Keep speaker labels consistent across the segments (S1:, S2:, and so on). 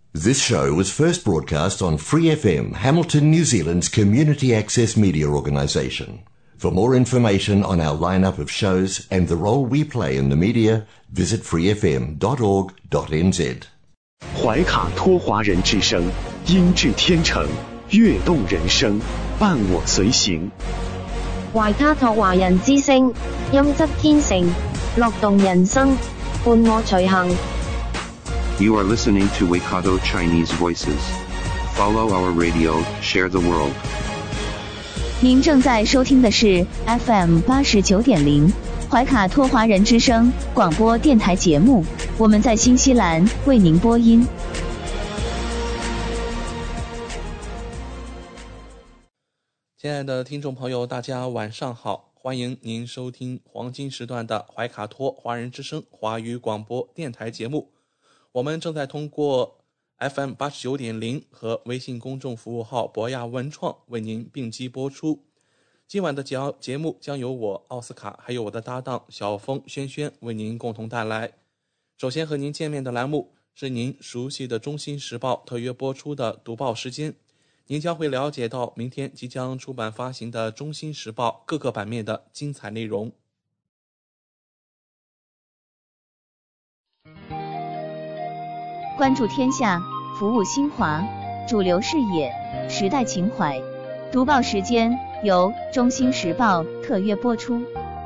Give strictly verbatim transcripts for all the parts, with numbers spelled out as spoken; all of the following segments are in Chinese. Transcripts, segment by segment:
S1: This show was first broadcast on Free F M, Hamilton, New Zealand's community access media organisation. For more information on our lineup of shows and the role we play in the media, visit free f m dot org dot n z.
S2: 怀卡托华人之声，音质天成，悦动人生，伴我随行。
S3: 懷卡托華人之聲，音質天成，樂動人生，伴我隨行。
S4: You are listening to Waikato Chinese Voices. Follow our radio, share the world.
S5: 您正在收听的是 F M 八十九点零怀卡托华人之声广播电台节目，我们在新西兰为您播音。
S6: 亲爱的听众朋友，大家晚上好，欢迎您收听黄金时段的怀卡托华人之声华语广播电台节目。我们正在通过 F M 八十九点零 和微信公众服务号博雅文创为您并机播出。今晚的节目将由我奥斯卡还有我的搭档小峰轩轩为您共同带来。首先和您见面的栏目是您熟悉的中新时报特约播出的读报时间，您将会了解到明天即将出版发行的中新时报各个版面的精彩内容。
S5: 关注天下，服务新华，主流视野，时代情怀。读报时间由中新时报特约播出。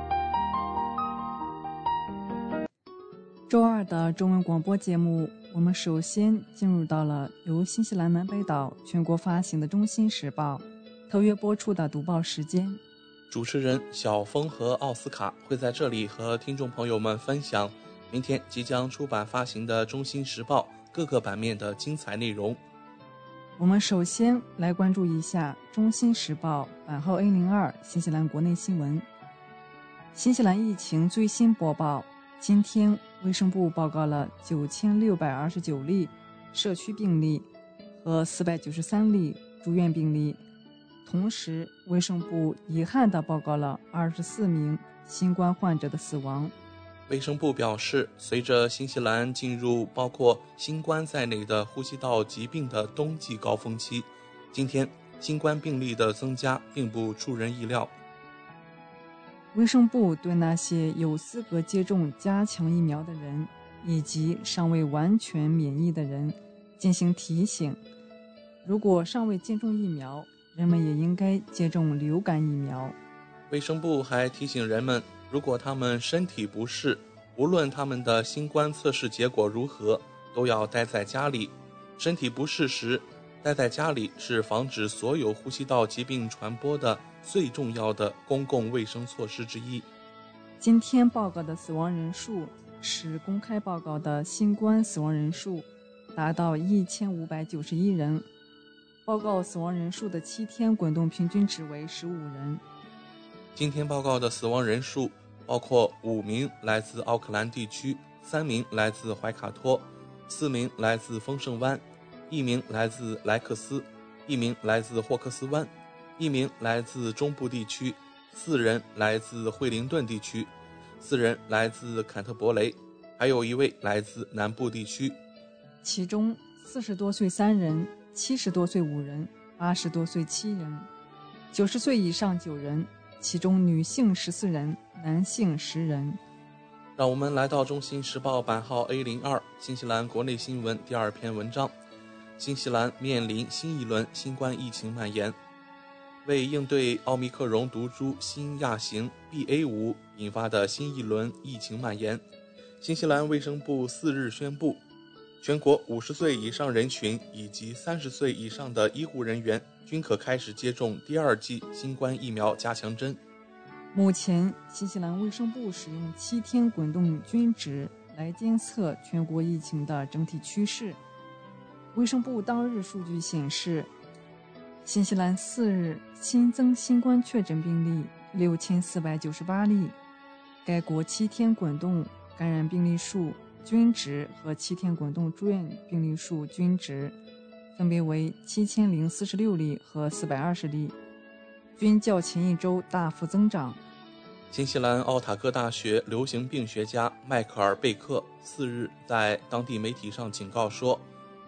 S7: 周二的中文广播节目，我们首先进入到了由新西兰南北岛全国发行的中新时报特约播出的读报时间。
S6: 主持人小峰和奥斯卡会在这里和听众朋友们分享明天即将出版发行的中新时报各个版面的精彩内容。
S7: 我们首先来关注一下中新时报版号 A 零二 新西兰国内新闻。新西兰疫情最新播报，今天卫生部报告了九千六百二十九例社区病例和四百九十三例住院病例，同时卫生部遗憾地报告了二十四名新冠患者的死亡。
S6: 卫生部表示，随着新西兰进入包括新冠在内的呼吸道疾病的冬季高峰期，今天新冠病例的增加并不出人意料。
S7: 卫生部对那些有资格接种加强疫苗的人以及尚未完全免疫的人进行提醒，如果尚未接种疫苗，人们也应该接种流感疫苗。
S6: 卫生部还提醒人们，如果他们身体不适，无论他们的新冠测试结果如何，都要待在家里。身体不适时，待在家里是防止所有呼吸道疾病传播的最重要的公共卫生措施之一。
S7: 今天报告的死亡人数是公开报告的新冠死亡人数达到一千五百九十一人，报告死亡人数的七天滚动平均值为十五人。
S6: 今天报告的死亡人数包括五名来自奥克兰地区，三名来自怀卡托，四名来自丰盛湾，一名来自莱克斯，一名来自霍克斯湾，一名来自中部地区，四人来自惠灵顿地区，四人来自坎特伯雷，还有一位来自南部地区。
S7: 其中四十多岁三人，七十多岁五人，八十多岁七人，九十岁以上九人，其中女性十四人，男性十人。
S6: 让我们来到中新时报版号 A 零二 新西兰国内新闻第二篇文章。新西兰面临新一轮新冠疫情蔓延，为应对奥密克戎毒株新亚型 B A 五 引发的新一轮疫情蔓延，新西兰卫生部四日宣布，全国五十岁以上人群以及三十岁以上的医护人员均可开始接种第二剂新冠疫苗加强针。
S7: 目前新西兰卫生部使用七天滚动均值来监测全国疫情的整体趋势。卫生部当日数据显示，新西兰四日新增新冠确诊病例六千四百九十八例，该国七天滚动感染病例数均值和七天滚动住院病例数均值分别为七千零四十六例和四百二十例，均较前一周大幅增长。
S6: 新西兰奥塔哥大学流行病学家迈克尔·贝克四日在当地媒体上警告说，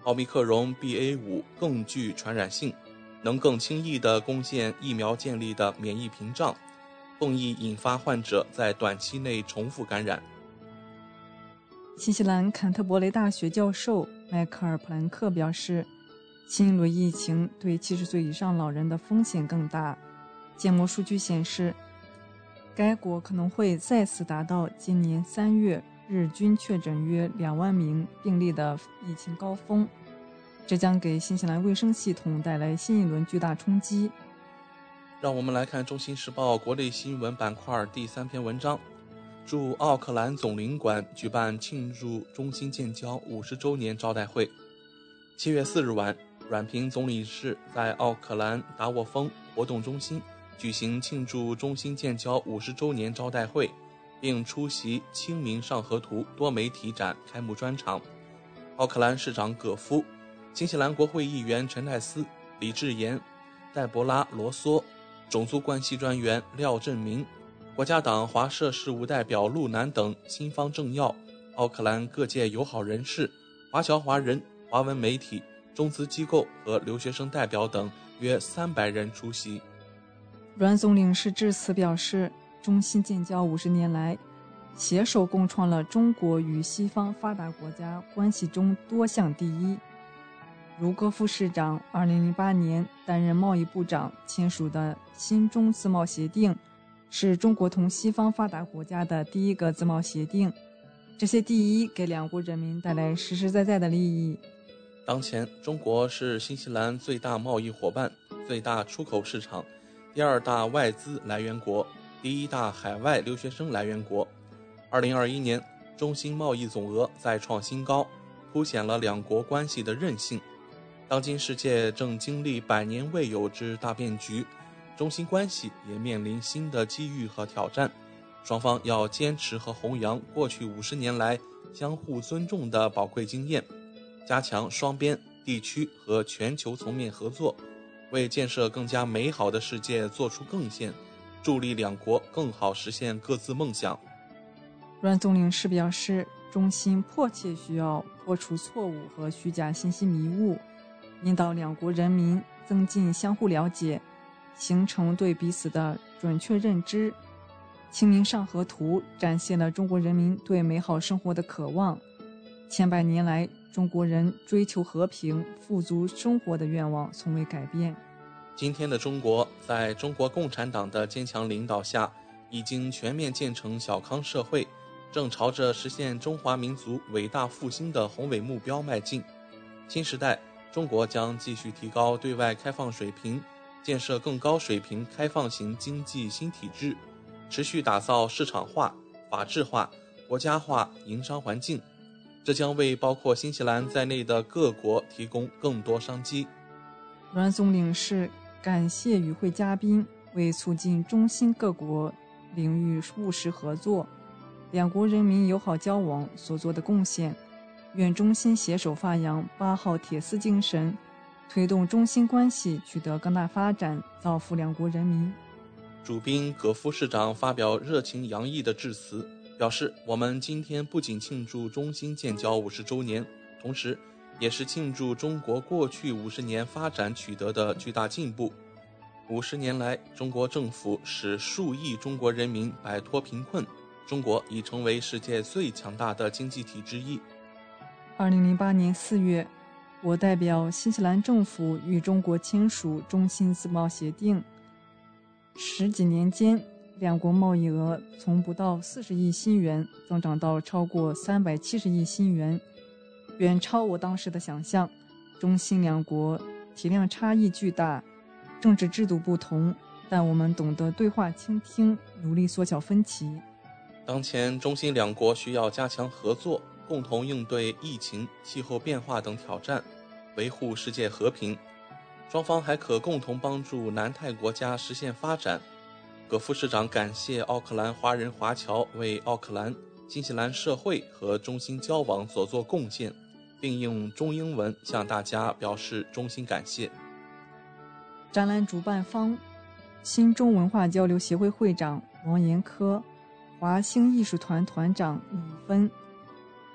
S6: 奥密克戎 B A 五 更具传染性，能更轻易地攻陷疫苗建立的免疫屏障，更易引发患者在短期内重复感染。
S7: 新西兰坎特伯雷大学教授迈克尔·普兰克表示，新一轮疫情对七十岁以上老人的风险更大。建模数据显示，该国可能会再次达到今年三月日均确诊约两万名病例的疫情高峰，这将给新西兰卫生系统带来新一轮巨大冲击。
S6: 让我们来看《中新时报》国内新闻板块第三篇文章，驻奥克兰总领馆举办庆祝中新建交五十周年招待会。七月四日晚，阮平总领事在奥克兰达沃峰活动中心举行庆祝中新建交五十周年招待会，并出席清明上河图多媒体展开幕专场。奥克兰市长葛夫、新西兰国会议员陈泰斯、李智妍、黛博拉·罗梭、种族关系专员廖振明、国家党华社事务代表陆南等新方政要、奥克兰各界友好人士、华侨华人、华文媒体、中资机构和留学生代表等约三百人出席。
S7: 阮总领事致辞表示，中新建交五十年来，携手共创了中国与西方发达国家关系中多项第一。如戈夫市长二零零八年担任贸易部长签署的新中自贸协定，是中国同西方发达国家的第一个自贸协定。这些第一给两国人民带来实实在在的利益。
S6: 当前，中国是新西兰最大贸易伙伴、最大出口市场、第二大外资来源国、第一大海外留学生来源国。二零二一年，中新贸易总额再创新高，凸显了两国关系的韧性。当今世界正经历百年未有之大变局，中新关系也面临新的机遇和挑战。双方要坚持和弘扬过去五十年来相互尊重的宝贵经验，加强双边、地区和全球层面合作，为建设更加美好的世界做出贡献，助力两国更好实现各自梦想。
S7: 阮总领事表示，中新迫切需要破除错误和虚假信息迷雾，引导两国人民增进相互了解，形成对彼此的准确认知。清明上河图展现了中国人民对美好生活的渴望。千百年来，中国人追求和平、富足生活的愿望从未改变。
S6: 今天的中国，在中国共产党的坚强领导下，已经全面建成小康社会，正朝着实现中华民族伟大复兴的宏伟目标迈进。新时代，中国将继续提高对外开放水平，建设更高水平开放型经济新体制，持续打造市场化、法治化、国家化营商环境，这将为包括新西兰在内的各国提供更多商机。
S7: 阮总领事感谢与会嘉宾为促进中新各国领域务实合作、两国人民友好交往所做的贡献，愿中新携手发扬八号铁丝精神，推动中新关系取得更大发展，造福两国人民。
S6: 主宾葛夫市长发表热情洋溢的致辞，表示我们今天不仅庆祝中新建交五十周年，同时也是庆祝中国过去五十年发展取得的巨大进步。五十年来，中国政府使数亿中国人民摆脱贫困，中国已成为世界最强大的经济体之一。
S7: 二零零八年四月，我代表新西兰政府与中国签署中新自贸协定。十几年间，两国贸易额从不到四十亿新元增长到超过三百七十亿新元，远超我当时的想象。中新两国体量差异巨大，政治制度不同，但我们懂得对话倾听，努力缩小分歧。
S6: 当前中新两国需要加强合作，共同应对疫情、气候变化等挑战，维护世界和平。双方还可共同帮助南太国家实现发展。葛副市长感谢奥克兰华人华侨为奥克兰、新西兰社会和中新交往所做贡献，并用中英文向大家表示衷心感谢。
S7: 展览主办方新中文化交流协会会长王延科、华星艺术团团长李芬、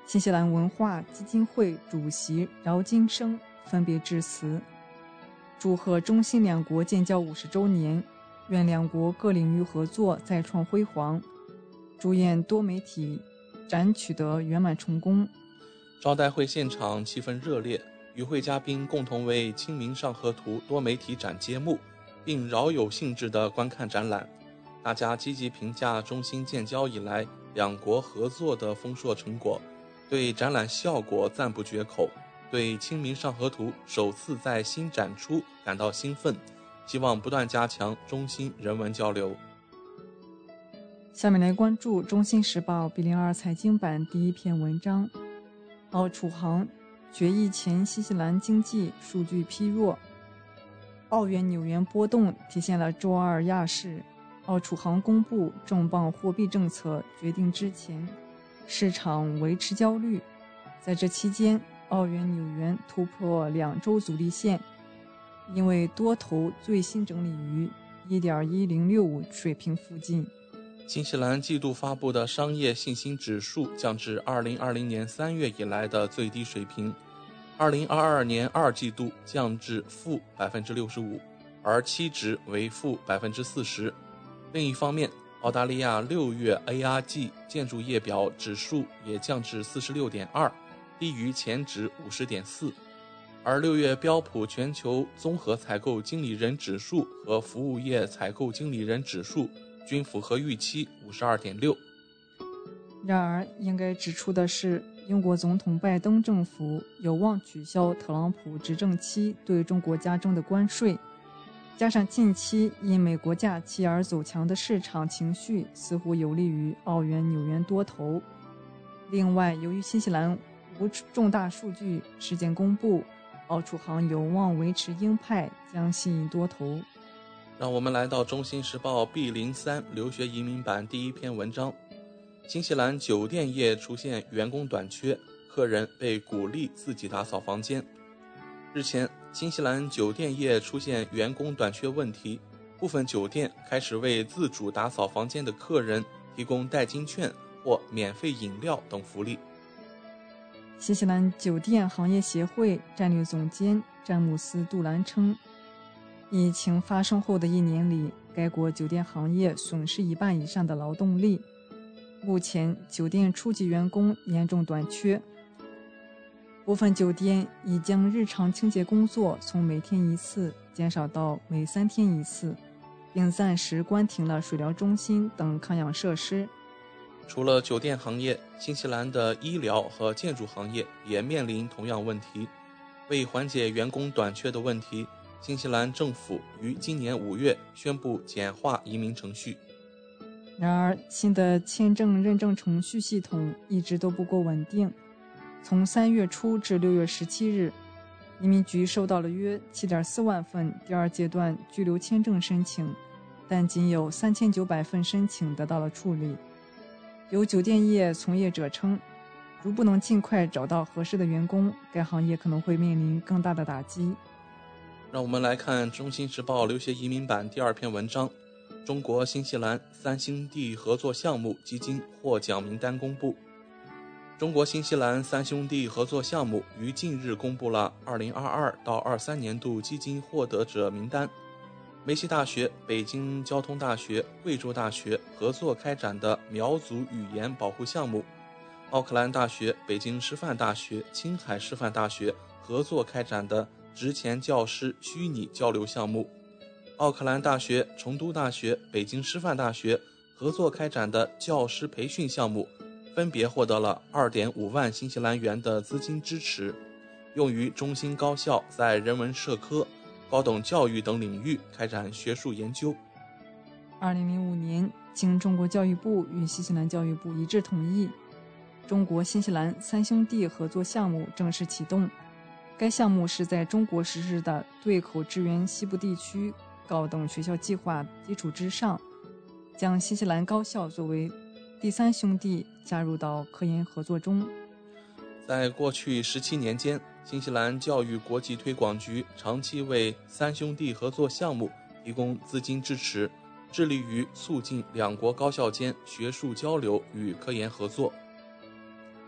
S7: 新西兰文化基金会主席饶金生分别致辞，祝贺中新两国建交五十周年，愿两国各领域合作再创辉煌，祝愿多媒体展取得圆满成功。
S6: 招待会现场气氛热烈，与会嘉宾共同为《清明上河图》多媒体展揭幕，并饶有兴致地观看展览。大家积极评价中新建交以来两国合作的丰硕成果，对展览效果赞不绝口，对《清明上河图》首次在新展出感到兴奋，希望不断加强中新人文交流。
S7: 下面来关注《中新时报》B 零二财经版第一篇文章：澳储行决议前新西兰经济数据疲弱，澳元纽元波动体现了周二亚市。澳储行公布重磅货币政策决定之前，市场维持焦虑。在这期间，澳元纽元突破两周阻力线，因为多头最新整理于 一点一零六五 水平附近。
S6: 新西兰季度发布的商业信心指数降至二零二零年三月以来的最低水平，二零二二年二季度降至负 百分之六十五， 而期值为负 百分之四十。另一方面，澳大利亚六月 A R G 建筑业表指数也降至 四十六点二， 低于前值 五十点四， 而六月标普全球综合采购经理人指数和服务业采购经理人指数均符合预期 五十二点六。
S7: 然而应该指出的是，英国总统拜登政府有望取消特朗普执政期对中国加征的关税，加上近期因美国假期而走强的市场情绪，似乎有利于澳元纽元多头。另外，由于新西兰无重大数据事件公布，澳储行有望维持鹰派，将吸引多头。
S6: 让我们来到中新时报 B 零三 留学移民版第一篇文章：新西兰酒店业出现员工短缺，客人被鼓励自己打扫房间。日前，新西兰酒店业出现员工短缺问题，部分酒店开始为自主打扫房间的客人提供代金券或免费饮料等福利。
S7: 新西兰酒店行业协会战略总监詹姆斯·杜兰称，疫情发生后的一年里，该国酒店行业损失一半以上的劳动力。目前，酒店初级员工严重短缺，部分酒店已将日常清洁工作从每天一次减少到每三天一次，并暂时关停了水疗中心等康养设施。
S6: 除了酒店行业，新西兰的医疗和建筑行业也面临同样问题。为缓解员工短缺的问题，新西兰政府于今年五月宣布简化移民程序。
S7: 然而，新的签证认证程序系统一直都不够稳定。从三月初至六月十七日，移民局收到了约 七点四万份第二阶段居留签证申请，但仅有三千九百份申请得到了处理。有酒店业从业者称，如不能尽快找到合适的员工，该行业可能会面临更大的打击。
S6: 让我们来看中新时报留学移民版第二篇文章：中国新西兰三兄弟合作项目基金获奖名单公布。中国新西兰三兄弟合作项目于近日公布了二零二二到二三年度基金获得者名单。梅西大学、北京交通大学、贵州大学合作开展的苗族语言保护项目，奥克兰大学、北京师范大学、青海师范大学合作开展的职前教师虚拟交流项目，奥克兰大学、成都大学、北京师范大学合作开展的教师培训项目，分别获得了 二点五万新西兰元的资金支持，用于中新高校在人文社科、高等教育等领域开展学术研究。
S7: 二零零五年，经中国教育部与新西兰教育部一致同意，中国新西兰三兄弟合作项目正式启动。该项目是在中国实施的对口支援西部地区高等学校计划基础之上，将新西兰高校作为第三兄弟加入到科研合作中。
S6: 在过去十七年间，新西兰教育国际推广局长期为三兄弟合作项目提供资金支持，致力于促进两国高校间学术交流与科研合作。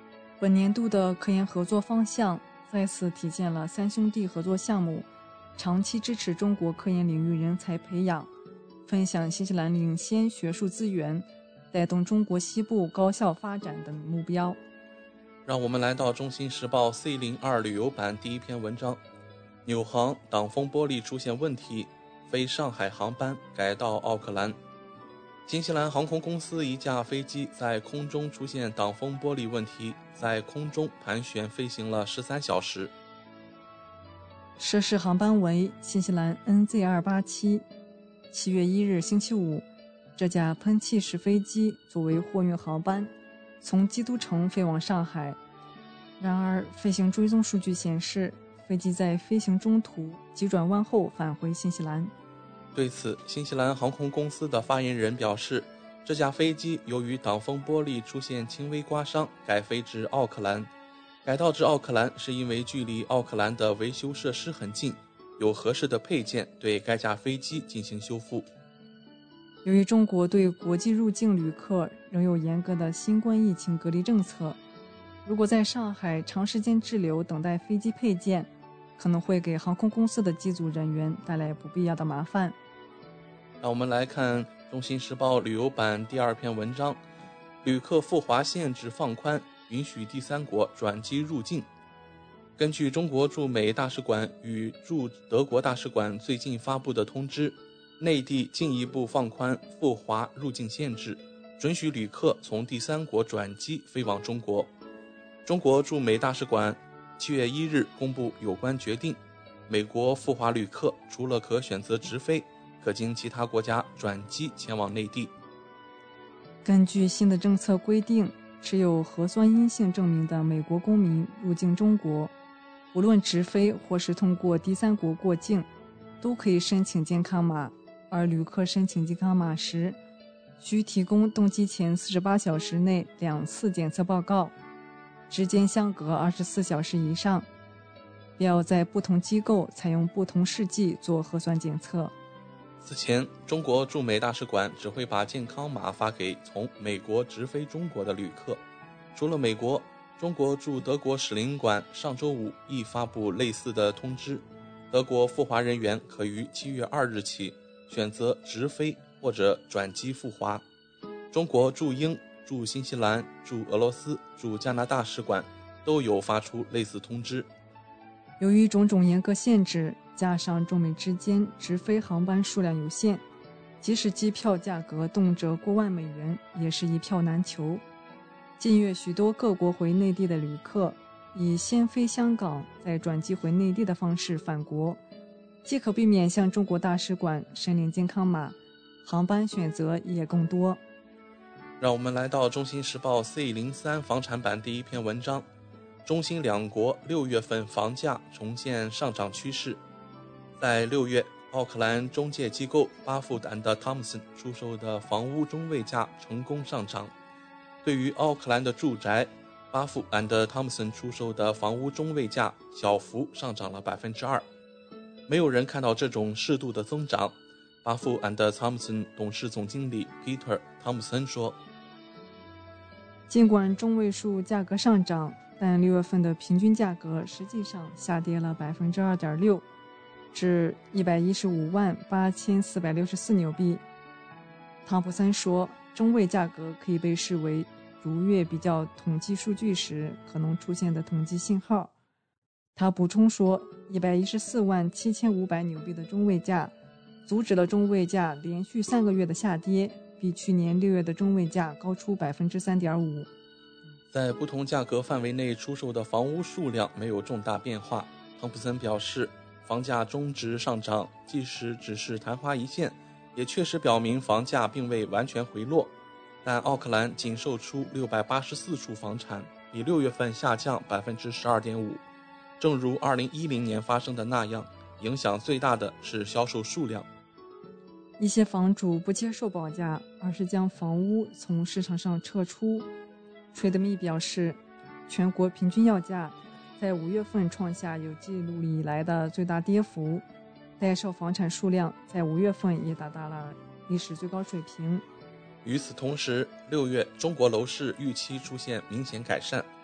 S7: 本年度的科研合作方向再次体现了三兄弟合作项目长期支持中国科研领域人才培养，分享新西兰领先学术资源，带动中国西部高校发展等目标。
S6: 让我们来到中新时报 C 零二 旅游版第一篇文章：纽航挡风玻璃出现问题，飞上海航班改到奥克兰。新西兰航空公司一架飞机在空中出现挡风玻璃问题，在空中盘旋飞行了十三小时。
S7: 涉事航班为新西兰 N Z 二八七。七月一日星期五，这架喷气式飞机作为货运航班从基督城飞往上海。然而飞行追踪数据显示，飞机在飞行中途急转弯后返回新西兰。
S6: 对此，新西兰航空公司的发言人表示，这架飞机由于挡风玻璃出现轻微刮伤，改飞至奥克兰。改道至奥克兰是因为距离奥克兰的维修设施很近，有合适的配件对该架飞机进行修复。
S7: 由于中国对国际入境旅客仍有严格的新冠疫情隔离政策，如果在上海长时间滞留等待飞机配件，可能会给航空公司的机组人员带来不必要的麻烦。
S6: 让我们来看中新时报旅游版第二篇文章：旅客赴华限制放宽，允许第三国转机入境。根据中国驻美大使馆与驻德国大使馆最近发布的通知，内地进一步放宽赴华入境限制，准许旅客从第三国转机飞往中国。中国驻美大使馆七月一日公布有关决定，美国赴华旅客除了可选择直飞，可经其他国家转机前往内地。
S7: 根据新的政策规定，持有核酸阴性证明的美国公民入境中国，无论直飞或是通过第三国过境，都可以申请健康码。而旅客申请健康码时，需提供登机前四十八小时内两次检测报告，之间相隔二十四小时以上，并要在不同机构采用不同试剂做核酸检测。
S6: 此前，中国驻美大使馆只会把健康码发给从美国直飞中国的旅客。除了美国，中国驻德国使领馆上周五亦发布类似的通知，德国赴华人员可于七月二日起选择直飞或者转机赴华。中国驻英、驻新西兰、驻俄罗斯、驻加拿大使馆都有发出类似通知。
S7: 由于种种严格限制，加上中美之间直飞航班数量有限，即使机票价格动辄过万美元，也是一票难求。近月许多各国回内地的旅客以先飞香港再转机回内地的方式返国，既可避免向中国大使馆申领健康码，航班选择也更多。
S6: 让我们来到中新时报 C 零三 房产版第一篇文章：中新两国六月份房价重现上涨趋势。在六月，奥克兰中介机构巴富兰的汤姆森出售的房屋中位价成功上涨。对于奥克兰的住宅，巴富兰的汤姆森出售的房屋中位价小幅上涨了 百分之二。 没有人看到这种适度的增长。巴富兰的汤姆森董事总经理 Peter 汤姆森说，
S7: 尽管中位数价格上涨，但六月份的平均价格实际上下跌了 百分之二点六， 至一百一十五万八千四百六十四纽币。汤普森说，中位价格可以被视为逐月比较统计数据时可能出现的统计信号。他补充说，一百一十四万七千五百纽币的中位价阻止了中位价连续三个月的下跌，比去年六月的中位价高出 百分之三点五。
S6: 在不同价格范围内出售的房屋数量没有重大变化。汤普森表示，房价中值上涨即使只是昙花一现，也确实表明房价并未完全回落。但奥克兰仅售出六百八十四处房产，比六月份下降 百分之十二点五。 正如二零一零年发生的那样，影响最大的是销售数量。
S7: 一些房主不接受保价，而是将房屋从市场上撤出。Trademe 表示，全国平均要价在五月份创下有记录以来的最大跌幅，待售房产数量在五月份也达到了历史最高水平。
S6: 与此同时，六月中国楼市预期出现明显改善。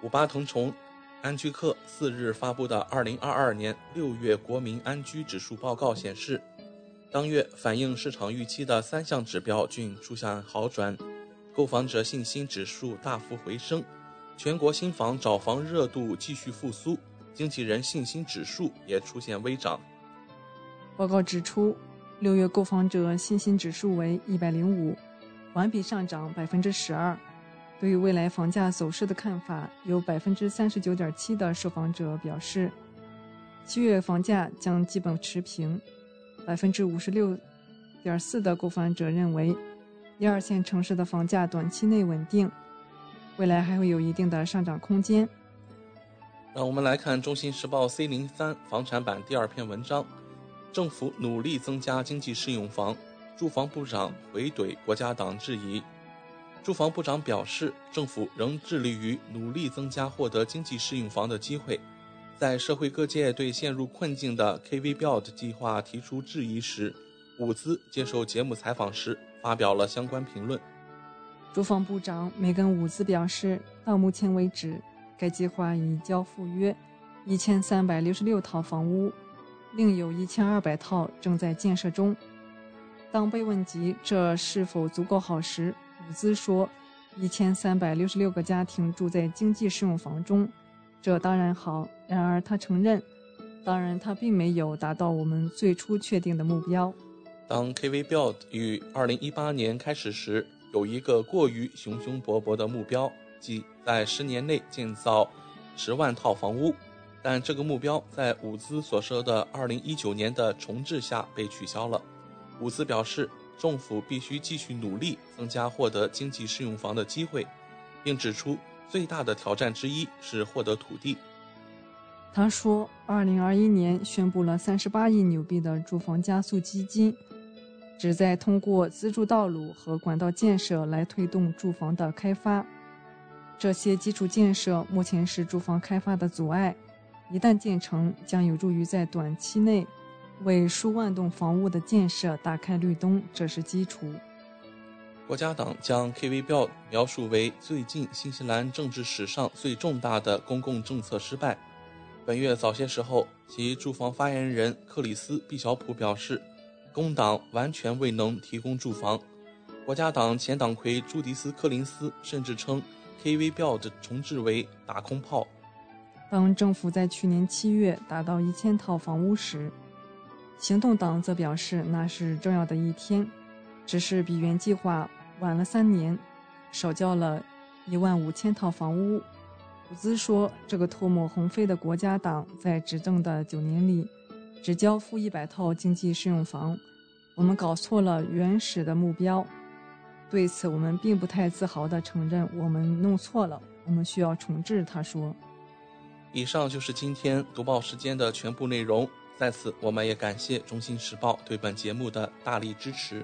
S6: 五八同城安居客四日发布的二零二二年六月国民安居指数报告显示，当月反映市场预期的三项指标均出现好转，购房者信心指数大幅回升，全国新房找房热度继续复苏，经纪人信心指数也出现微涨。
S7: 报告指出，六月购房者信心指数为一百零五，环比上涨百分之十二。对于未来房价走势的看法，有百分之三十九点七的受访者表示，七月房价将基本持平。百分之五十六点四的购房者认为，一二线城市的房价短期内稳定，未来还会有一定的上涨空间。
S6: 让我们来看中新时报 C 零三 房产版第二篇文章，政府努力增加经济适用房，住房部长回怼国家党质疑。住房部长表示，政府仍致力于努力增加获得经济适用房的机会。在社会各界对陷入困境的 K V Build 计划提出质疑时，伍兹接受节目采访时发表了相关评论。
S7: 住房部长梅根·伍兹表示，到目前为止，该计划已交付约一千三百六十六套房屋，另有一千二百套正在建设中。当被问及这是否足够好时，伍兹说，一千三百六十六个家庭住在经济适用房中，这当然好。然而他承认，当然他并没有达到我们最初确定的目标。
S6: 当 K V Build 于二零一八年开始时，有一个过于雄雄勃勃的目标，即在十年内建造十万套房屋，但这个目标在伍兹所说的二零一九年的重置下被取消了。伍兹表示，政府必须继续努力增加获得经济适用房的机会，并指出最大的挑战之一是获得土地。
S7: 他说，二零二一年宣布了三十八亿纽币的住房加速基金，旨在通过资助道路和管道建设来推动住房的开发。这些基础建设目前是住房开发的阻碍，一旦建成，将有助于在短期内为数万栋房屋的建设打开绿灯，这是基础。
S6: 国家党将 K V Build 描述为最近新西兰政治史上最重大的公共政策失败。本月早些时候，其住房发言人克里斯·毕晓普表示，工党完全未能提供住房。国家党前党魁朱迪斯·柯林斯甚至称 K V Build 重置为打空炮。
S7: 当政府在去年七月达到一千套房屋时，行动党则表示那是重要的一天，只是比原计划晚了三年，少交了一万五千套房屋。伍兹说，这个唾沫横飞的国家党在执政的九年里只交付一百套经济适用房，我们搞错了原始的目标。对此，我们并不太自豪地承认我们弄错了，我们需要重置，他说。
S6: 以上就是今天读报时间的全部内容，在此我们也感谢中新时报对本节目的大力支持。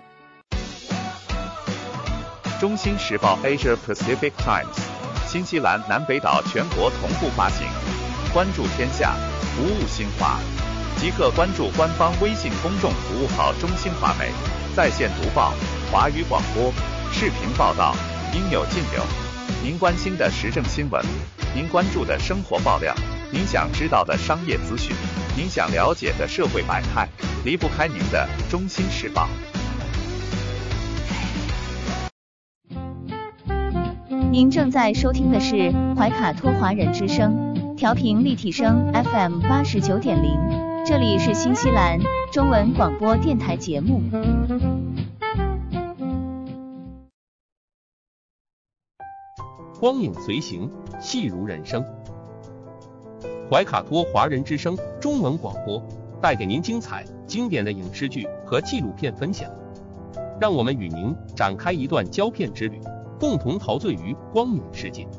S2: 中新时报 Asia Pacific Times， 新西兰南北岛全国同步发行，关注天下，服务新华，即刻关注官方微信公众服务号中新华媒，在线读报、华语广播、视频报道，应有尽有。您关心的时政新闻，您关注的生活爆料，您想知道的商业资讯，您想了解的社会百态，离不开您的中新时报。
S5: 您正在收听的是怀卡托华人之声，调频立体声 F M 八十九点零，这里是新西兰中文广播电台节目。
S8: 光影随行，戏如人生。怀卡托华人之声中文广播带给您精彩经典的影视剧和纪录片分享，让我们与您展开一段胶片之旅，共同陶醉于光影世界。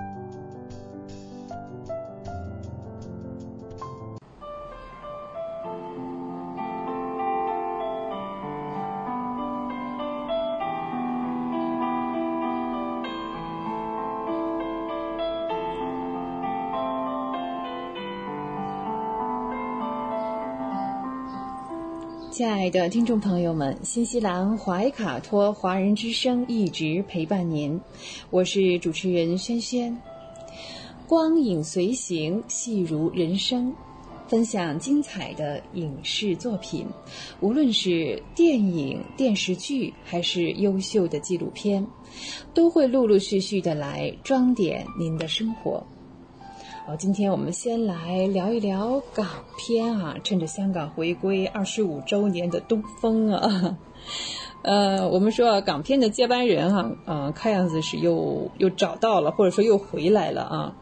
S9: 亲爱的听众朋友们，新西兰怀卡托华人之声一直陪伴您，我是主持人轩轩。 光影随行，戏如人生，分享精彩的影视作品，无论是电影、电视剧还是优秀的纪录片，都会陆陆续续的来装点您的生活。哦，今天我们先来聊一聊港片啊，趁着香港回归二十五周年的东风啊，呃，我们说港片的接班人啊，呃，看样子是又又找到了，或者说又回来了啊。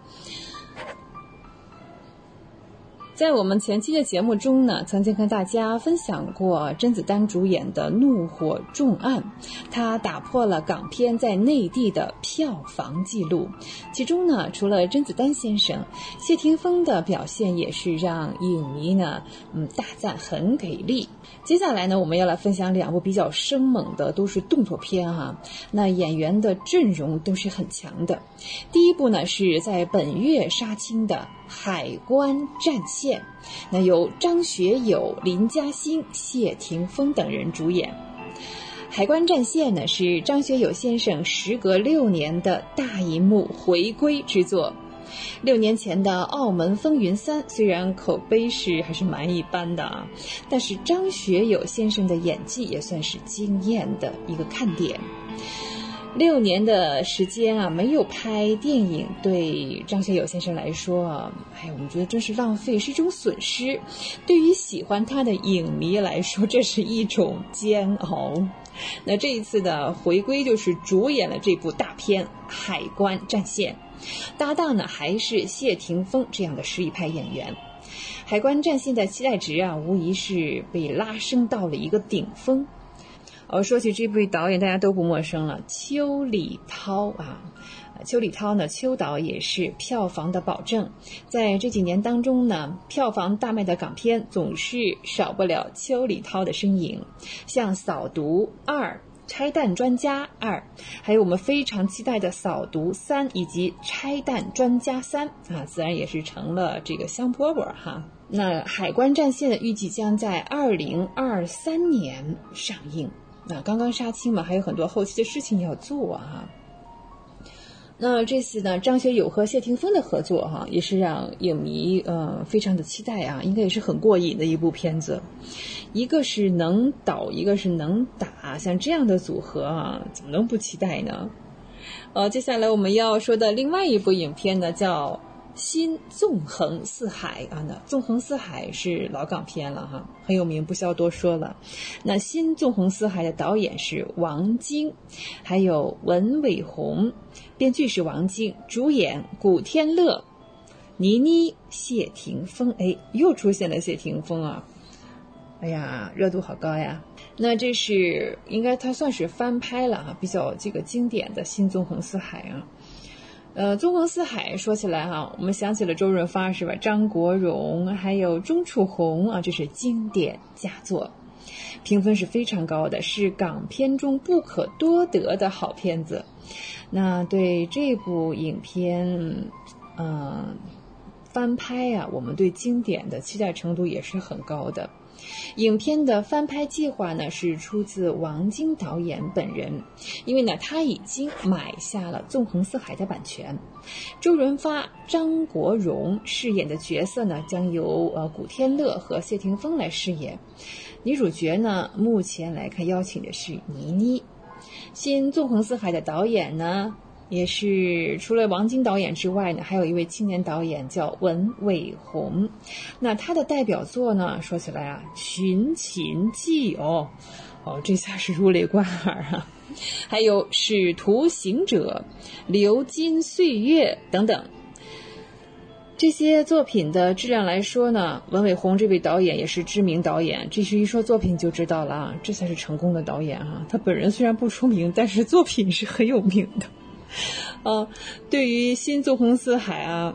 S9: 在我们前期的节目中呢，曾经跟大家分享过甄子丹主演的《怒火重案》，他打破了港片在内地的票房纪录。其中呢，除了甄子丹先生，谢霆锋的表现也是让影迷呢，嗯，大赞很给力。接下来呢，我们要来分享两部比较生猛的，都是动作片哈、啊。那演员的阵容都是很强的。第一部呢，是在本月杀青的《海关战线》，那由张学友、林嘉欣、谢霆锋等人主演。《海关战线》呢，是张学友先生时隔六年的大银幕回归之作。六年前的《澳门风云三》虽然口碑是还是蛮一般的啊，但是张学友先生的演技也算是惊艳的一个看点。六年的时间啊，没有拍电影，对张学友先生来说啊，哎，我们觉得真是浪费，是一种损失。对于喜欢他的影迷来说，这是一种煎熬。那这一次的回归就是主演了这部大片《海关战线》，搭档呢还是谢霆锋这样的实力派演员。海关战线的期待值啊，无疑是被拉升到了一个顶峰。哦，说起这部导演，大家都不陌生了，邱礼涛啊。邱礼涛呢，邱导也是票房的保证。在这几年当中呢，票房大卖的港片总是少不了邱礼涛的身影，像《扫毒二》、拆弹专家二，还有我们非常期待的扫毒三以及拆弹专家三啊，自然也是成了这个香饽饽哈。那海关战线的预计将在二零二三年上映。那刚刚杀青嘛，还有很多后期的事情要做啊。那这次呢，张学友和谢霆锋的合作哈、啊，也是让影迷呃非常的期待啊，应该也是很过瘾的一部片子。一个是能导，一个是能打，像这样的组合啊，怎么能不期待呢？呃，接下来我们要说的另外一部影片呢，叫《新纵横四海》啊。那纵横四海是老港片了哈，很有名，不需要多说了。那《新纵横四海》的导演是王晶，还有文伟鸿。编剧是王晶，主演古天乐、倪妮、谢霆锋。哎，又出现了谢霆锋啊！哎呀，热度好高呀！那这是应该它算是翻拍了啊，比较这个经典的《新纵横四海》啊。呃，纵横四海说起来哈、啊，我们想起了周润发是吧？张国荣还有钟楚红啊，这是经典佳作，评分是非常高的，是港片中不可多得的好片子。那对这部影片，嗯、呃，翻拍啊，我们对经典的期待程度也是很高的。影片的翻拍计划呢，是出自王晶导演本人，因为呢，他已经买下了《纵横四海》的版权。周润发、张国荣饰演的角色呢，将由呃古天乐和谢霆锋来饰演。女主角呢，目前来看邀请的是倪妮。新纵横四海的导演呢，也是除了王晶导演之外呢，还有一位青年导演叫文伟鸿。那他的代表作呢，说起来啊，《寻秦记》哦，哦，这下是如雷贯耳啊。还有《使徒行者》、《流金岁月》等等。这些作品的质量来说呢，文伟鸿这位导演也是知名导演，这是一说作品就知道了啊，这才是成功的导演哈、啊。他本人虽然不出名，但是作品是很有名的。呃，对于新纵横四海啊，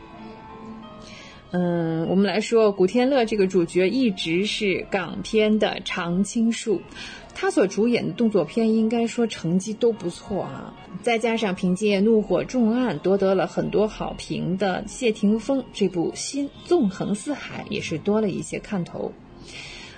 S9: 嗯，我们来说，古天乐这个主角一直是港片的常青树。他所主演的动作片应该说成绩都不错啊，再加上凭借《怒火重案》夺得了很多好评的谢霆锋，这部《新纵横四海》也是多了一些看头。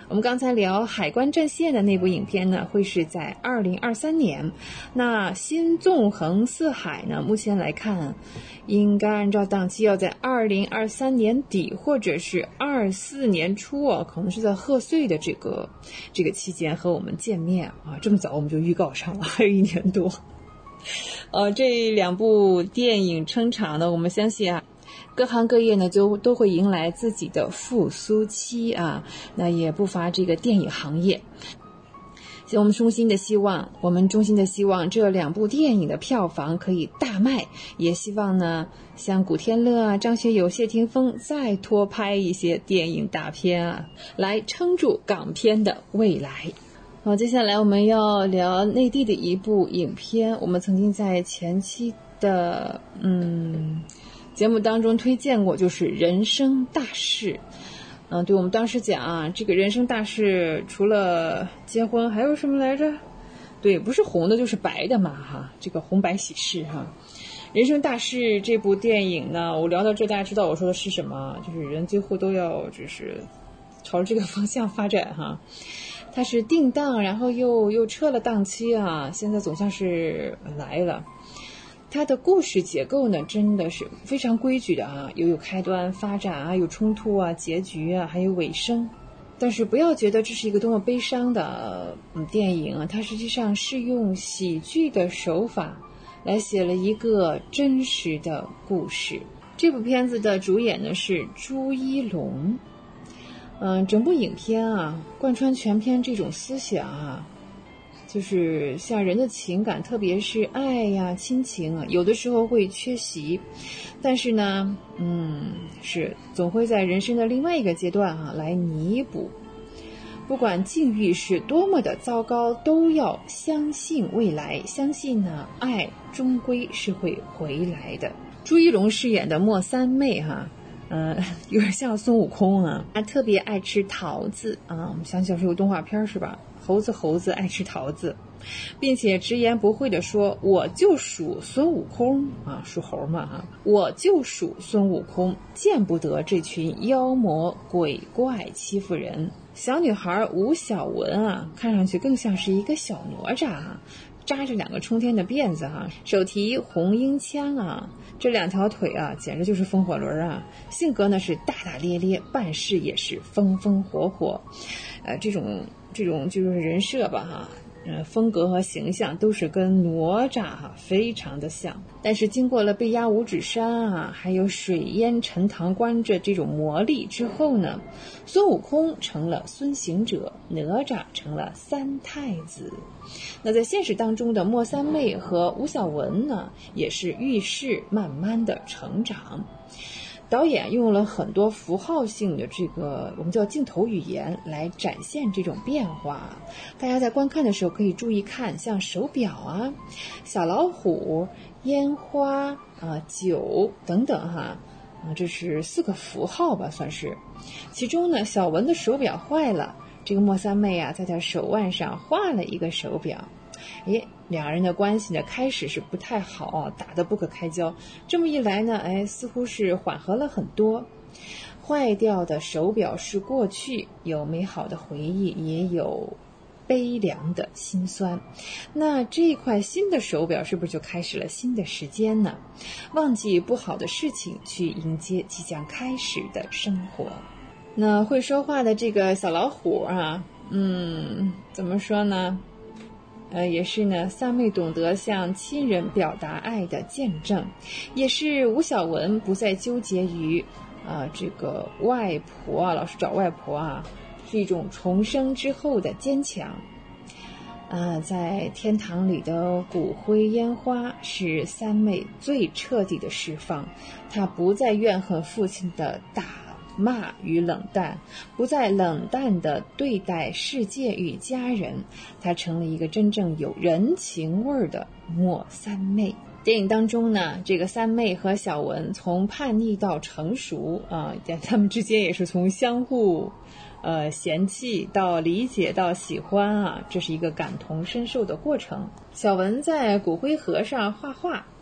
S9: 我们刚才聊海关战线的那部影片呢，会是在二零二三年。那新纵横四海呢，目前来看，应该按照档期要在二零二三年底或者是二四年初啊，可能是在贺岁的这个这个期间和我们见面啊。这么早我们就预告上了，还有一年多。呃，这两部电影撑场呢，我们相信啊。各行各业呢，就都会迎来自己的复苏期啊，那也不乏这个电影行业。我们衷心的希望，我们衷心的希望这两部电影的票房可以大卖，也希望呢，像古天乐啊、张学友、谢霆锋再多拍一些电影大片啊，来撑住港片的未来。好，接下来我们要聊内地的一部影片，我们曾经在前期的嗯。节目当中推荐过，就是人生大事。嗯、呃，对我们当时讲啊，这个人生大事除了结婚还有什么来着？对，不是红的就是白的嘛哈，这个红白喜事哈。人生大事这部电影呢，我聊到这大家知道我说的是什么，就是人最后都要就是朝着这个方向发展哈。它是定档，然后又又撤了档期啊，现在总算是来了。它的故事结构呢，真的是非常规矩的啊，有有开端、发展啊，有冲突啊、结局啊，还有尾声。但是不要觉得这是一个多么悲伤的嗯电影啊，它实际上是用喜剧的手法来写了一个真实的故事。这部片子的主演呢是朱一龙。嗯、呃，整部影片啊，贯穿全片这种思想啊。就是像人的情感，特别是爱呀、亲情啊，有的时候会缺席，但是呢，嗯，是总会在人生的另外一个阶段啊来弥补。不管境遇是多么的糟糕，都要相信未来，相信呢，爱终归是会回来的。朱一龙饰演的莫三妹哈、啊。呃，有点像孙悟空啊，他特别爱吃桃子啊。我们想起来是有动画片是吧？猴子猴子爱吃桃子，并且直言不讳地说：“我就属孙悟空啊，属猴嘛哈，我就属孙悟空，见不得这群妖魔鬼怪欺负人。”小女孩吴小文啊，看上去更像是一个小哪吒啊。扎着两个冲天的辫子哈、啊，手提红缨枪啊，这两条腿啊，简直就是风火轮啊！性格呢是大大咧咧，办事也是风风火火，呃，这种这种就是人设吧哈，呃，风格和形象都是跟哪吒哈非常的像。但是经过了被压五指山啊，还有水淹陈塘关这这种磨砺之后呢，孙悟空成了孙行者，哪吒成了三太子。那在现实当中的莫三妹和吴小文呢，也是遇事慢慢的成长。导演用了很多符号性的这个我们叫镜头语言来展现这种变化。大家在观看的时候可以注意看，像手表啊、小老虎、烟花啊、呃、酒等等哈啊，这是四个符号吧算是。其中呢，小文的手表坏了，这个莫三妹啊在她手腕上画了一个手表。诶，两人的关系呢开始是不太好，打得不可开交。这么一来呢，哎，似乎是缓和了很多。坏掉的手表是过去，有美好的回忆，也有悲凉的辛酸。那这块新的手表是不是就开始了新的时间呢？忘记不好的事情，去迎接即将开始的生活。那会说话的这个小老虎啊，嗯，怎么说呢？呃，也是呢，三妹懂得向亲人表达爱的见证，也是吴小文不再纠结于啊、呃、这个外婆啊，老是找外婆啊，是一种重生之后的坚强。啊、呃，在天堂里的骨灰烟花是三妹最彻底的释放，她不再怨恨父亲的大骂与冷淡，不再冷淡地对待世界与家人，她成了一个真正有人情味的莫三妹。电影当中呢，这个三妹和小文从叛逆到成熟啊，他们之间也是从相互呃嫌弃到理解到喜欢啊，这是一个感同身受的过程。小文在骨灰盒上画画，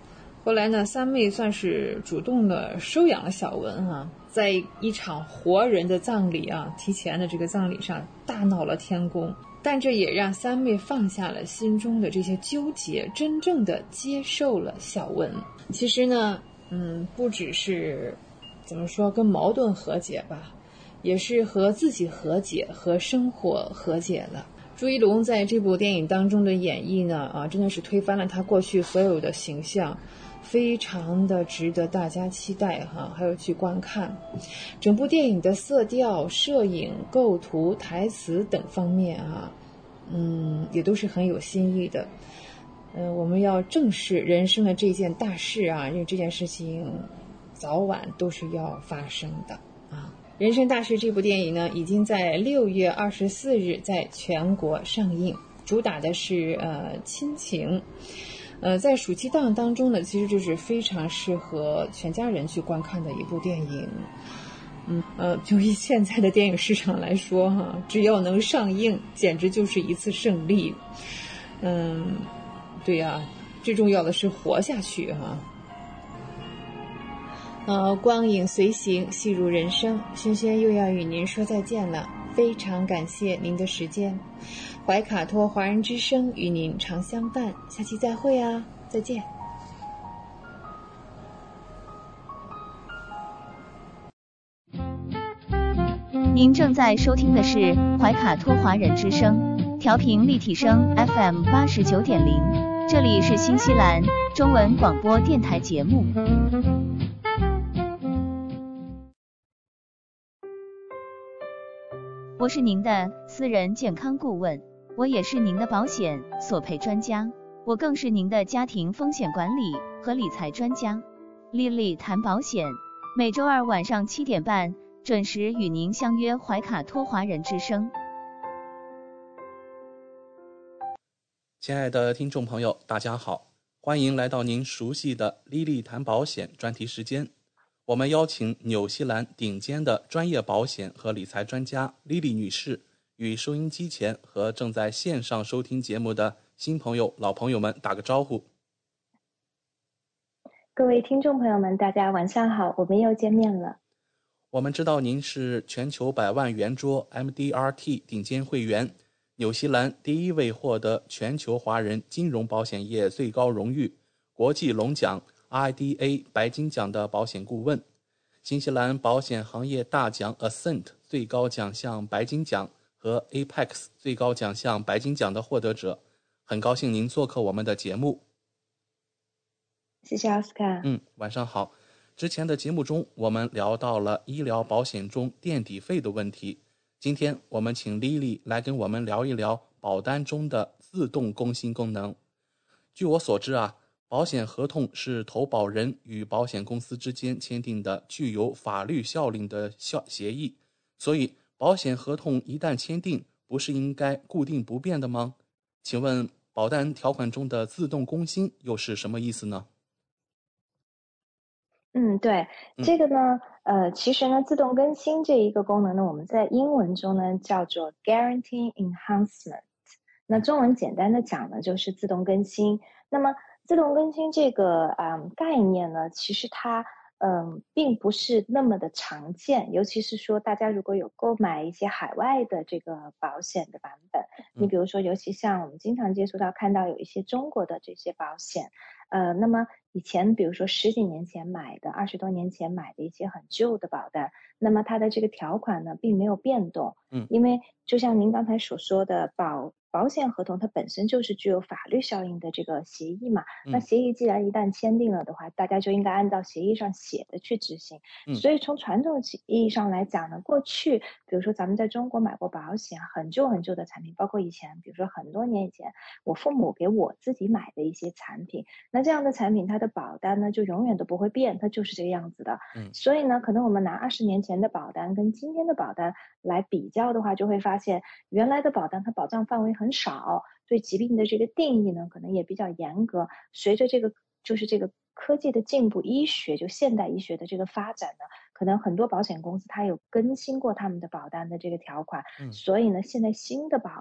S9: 后来呢，三妹算是主动的收养了小文啊，在一场活人的葬礼啊，提前的这个葬礼上大闹了天宫。但这也让三妹放下了心中的这些纠结，真正的接受了小文。其实呢，嗯，不只是怎么说跟矛盾和解吧，也是和自己和解，和生活和解了。朱一龙在这部电影当中的演绎呢，啊，真的是推翻了他过去所有的形象，非常的值得大家期待哈，还有去观看。整部电影的色调、摄影、构图、台词等方面啊，嗯，也都是很有新意的。嗯、呃，我们要正视人生的这件大事啊，因为这件事情早晚都是要发生的啊。人生大事这部电影呢，已经在六月二十四日在全国上映，主打的是呃亲情。呃，在暑期档当中呢，其实就是非常适合全家人去观看的一部电影。嗯，呃，就以现在的电影市场来说哈，只要能上映，简直就是一次胜利。嗯，对呀、啊，最重要的是活下去哈。呃，光影随行，戏如人生，轩轩又要与您说再见了，非常感谢您的时间。怀卡托华人之声与您常相伴，下期再会啊，再见。
S5: 您正在收听的是怀卡托华人之声，调频立体声 F M 八十九点零，这里是新西兰中文广播电台节目。我是您的私人健康顾问，我也是您的保险索赔专家，我更是您的家庭风险管理和理财专家。丽丽谈保险，每周二晚上七点半准时与您相约怀卡托华人之声。
S6: 亲爱的听众朋友，大家好，欢迎来到您熟悉的丽丽谈保险专题时间。我们邀请纽西兰顶尖的专业保险和理财专家莉莉女士与收音机前和正在线上收听节目的新朋友、老朋友们打个招呼。
S10: 各位听众朋友们，大家晚上好，我们又见面了。
S6: 我们知道您是全球百万圆桌 M D R T 顶尖会员，纽西兰第一位获得全球华人金融保险业最高荣誉国际龙奖 I D A 白金奖的保险顾问，新西兰保险行业大奖 Ascent 最高奖项白金奖和 Apex 最高奖项白金奖的获得者。很高兴您做客我们的节目。
S10: 谢谢奥斯卡。
S6: 嗯，晚上好。之前的节目中我们聊到了医疗保险中垫底费的问题，今天我们请 Lily 来跟我们聊一聊保单中的自动更新功能。据我所知啊，保险合同是投保人与保险公司之间签订的具有法律效力的协议，所以保险合同一旦签订，不是应该固定不变的吗？请问保单条款中的自动更新又是什么意思呢？
S10: 嗯，对，这个呢，呃，其实呢，自动更新这一个功能呢，我们在英文中呢叫做 Guarantee Enhancement， 那中文简单的讲呢就是自动更新。那么自动更新这个嗯概念呢，其实它嗯并不是那么的常见，尤其是说大家如果有购买一些海外的这个保险的版本，你比如说，尤其像我们经常接触到看到有一些中国的这些保险。呃，那么以前比如说十几年前买的、二十多年前买的一些很旧的保单，那么它的这个条款呢并没有变动，
S6: 嗯，
S10: 因为就像您刚才所说的，保保险合同它本身就是具有法律效应的这个协议嘛，那协议既然一旦签订了的话，大家就应该按照协议上写的去执行。所以从传统意义上来讲呢，过去比如说咱们在中国买过保险，很旧很旧的产品，包括以前比如说很多年以前我父母给我自己买的一些产品，那这样的产品它的保单呢就永远都不会变，它就是这个样子的。所以呢，可能我们拿二十年前的保单跟今天的保单来比较的话，就会发现原来的保单它保障范围很少，对疾病的这个定义呢可能也比较严格。随着这个就是这个科技的进步，医学就现代医学的这个发展呢，可能很多保险公司它有更新过他们的保单的这个条款，所以呢现在新的保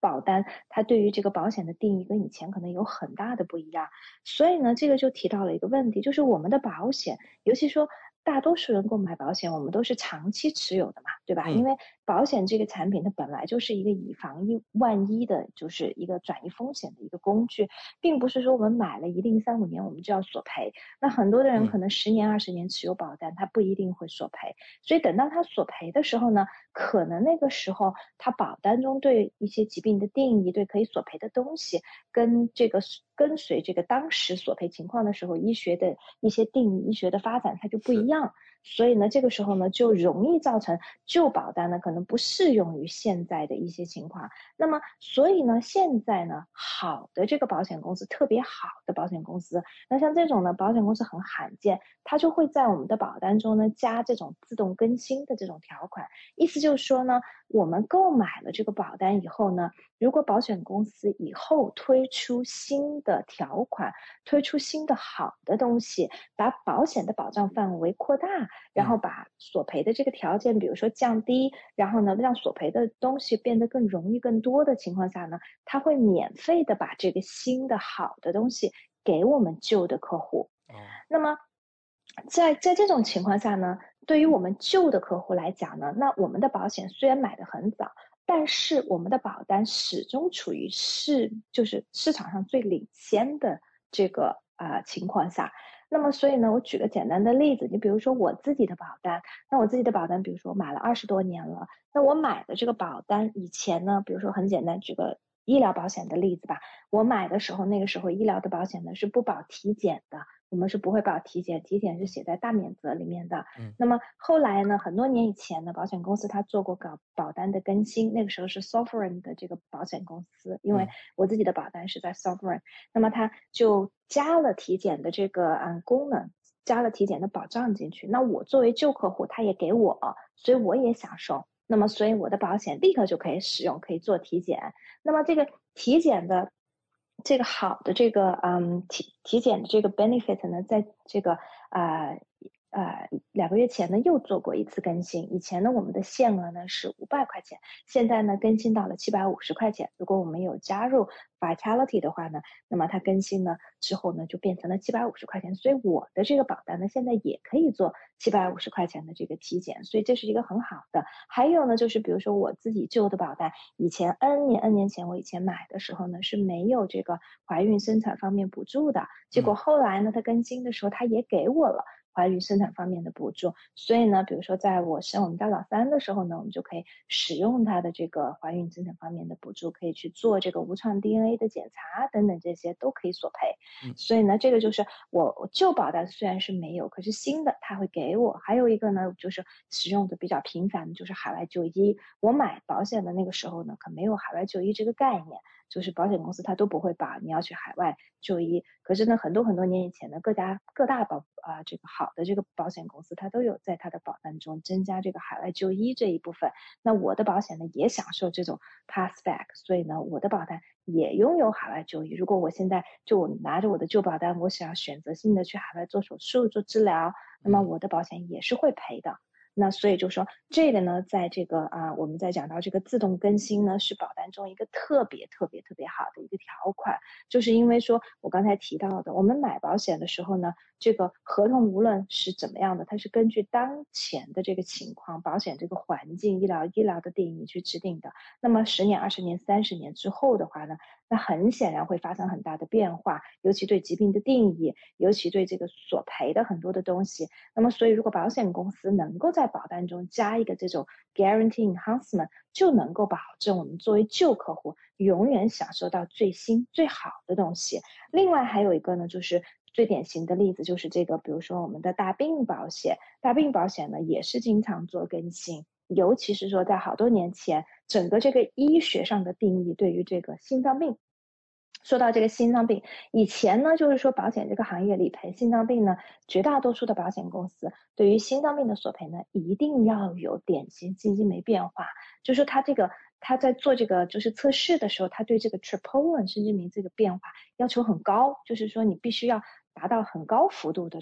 S10: 保单它对于这个保险的定义跟以前可能有很大的不一样。所以呢，这个就提到了一个问题，就是我们的保险，尤其说大多数人购买保险，我们都是长期持有的嘛，对吧？
S6: 嗯、
S10: 因为保险这个产品它本来就是一个以防一万一的，就是一个转移风险的一个工具，并不是说我们买了一定三五年我们就要索赔。那很多的人可能十年、二十年持有保单，他不一定会索赔，所以等到他索赔的时候呢，可能那个时候他保单中对一些疾病的定义，对可以索赔的东西，跟这个跟随这个当时索赔情况的时候，医学的一些定义、医学的发展，它就不一样。所以呢，这个时候呢，就容易造成旧保单呢可能不适用于现在的一些情况。那么，所以呢，现在呢，好的这个保险公司，特别好的保险公司，那像这种呢，保险公司很罕见，它就会在我们的保单中呢加这种自动更新的这种条款。意思就是说呢，我们购买了这个保单以后呢，如果保险公司以后推出新的条款，推出新的好的东西，把保险的保障范围扩大，然后把索赔的这个条件比如说降低，然后呢让索赔的东西变得更容易更多的情况下呢，它会免费的把这个新的好的东西给我们旧的客户。
S6: 哦、
S10: 那么在在这种情况下呢，对于我们旧的客户来讲呢，那我们的保险虽然买得很早，但是我们的保单始终处于市就是市场上最领先的这个啊、呃、情况下。那么所以呢，我举个简单的例子，你比如说我自己的保单，那我自己的保单比如说我买了二十多年了，那我买的这个保单以前呢，比如说很简单，举个医疗保险的例子吧，我买的时候那个时候医疗的保险呢是不保体检的，我们是不会保体检，体检是写在大免责里面的。
S6: 嗯，
S10: 那么后来呢，很多年以前呢，保险公司它做过搞保单的更新，那个时候是 Sovereign 的这个保险公司，因为我自己的保单是在 Sovereign，、嗯、那么它就加了体检的这个嗯功能，加了体检的保障进去。那我作为旧客户，他也给我，所以我也享受。那么所以我的保险立刻就可以使用，可以做体检。那么这个体检的这个好的这个嗯体体检的这个 benefit 呢，在这个啊呃两个月前呢又做过一次更新。以前呢我们的限额呢是五百块钱，现在呢更新到了七百五十块钱。如果我们有加入 Vitality 的话呢，那么它更新呢之后呢就变成了七百五十块钱。所以我的这个保单呢现在也可以做七百五十块钱的这个体检，所以这是一个很好的。还有呢就是比如说我自己旧的保单，以前 N 年 N 年前我以前买的时候呢是没有这个怀孕生产方面补助的，结果后来呢它更新的时候它也给我了怀孕生产方面的补助。所以呢比如说在我生我们家老三的时候呢，我们就可以使用它的这个怀孕生产方面的补助，可以去做这个无创 D N A 的检查等等，这些都可以索赔。
S6: 嗯、
S10: 所以呢这个就是我旧保单虽然是没有，可是新的它会给我。还有一个呢就是使用的比较频繁的就是海外就医。我买保险的那个时候呢可没有海外就医这个概念，就是保险公司它都不会把你要去海外就医。可是呢很多很多年以前呢各家各大保啊、呃、这个好的这个保险公司它都有在它的保单中增加这个海外就医这一部分。那我的保险呢也享受这种 passback， 所以呢我的保单也拥有海外就医。如果我现在就我拿着我的旧保单，我想要选择性的去海外做手术做治疗，那么我的保险也是会赔的。那所以就说这个呢在这个啊我们在讲到这个自动更新呢是保单中一个特别特别特别好的一个条款。就是因为说我刚才提到的，我们买保险的时候呢，这个合同无论是怎么样的，它是根据当前的这个情况，保险这个环境，医疗医疗的定义去制定的。那么十年二十年三十年之后的话呢，那很显然会发生很大的变化，尤其对疾病的定义，尤其对这个索赔的很多的东西。那么所以如果保险公司能够在保单中加一个这种 guarantee enhancement， 就能够保证我们作为旧客户永远享受到最新最好的东西。另外还有一个呢就是最典型的例子就是这个比如说我们的大病保险，大病保险呢也是经常做更新，尤其是说在好多年前整个这个医学上的定义对于这个心脏病。说到这个心脏病，以前呢就是说保险这个行业理赔心脏病呢，绝大多数的保险公司对于心脏病的索赔呢一定要有典型基因酶变化，就是说它这个他在做这个就是测试的时候，他对这个 troponin 生殖酶这个变化要求很高，就是说你必须要达到很高幅度的这个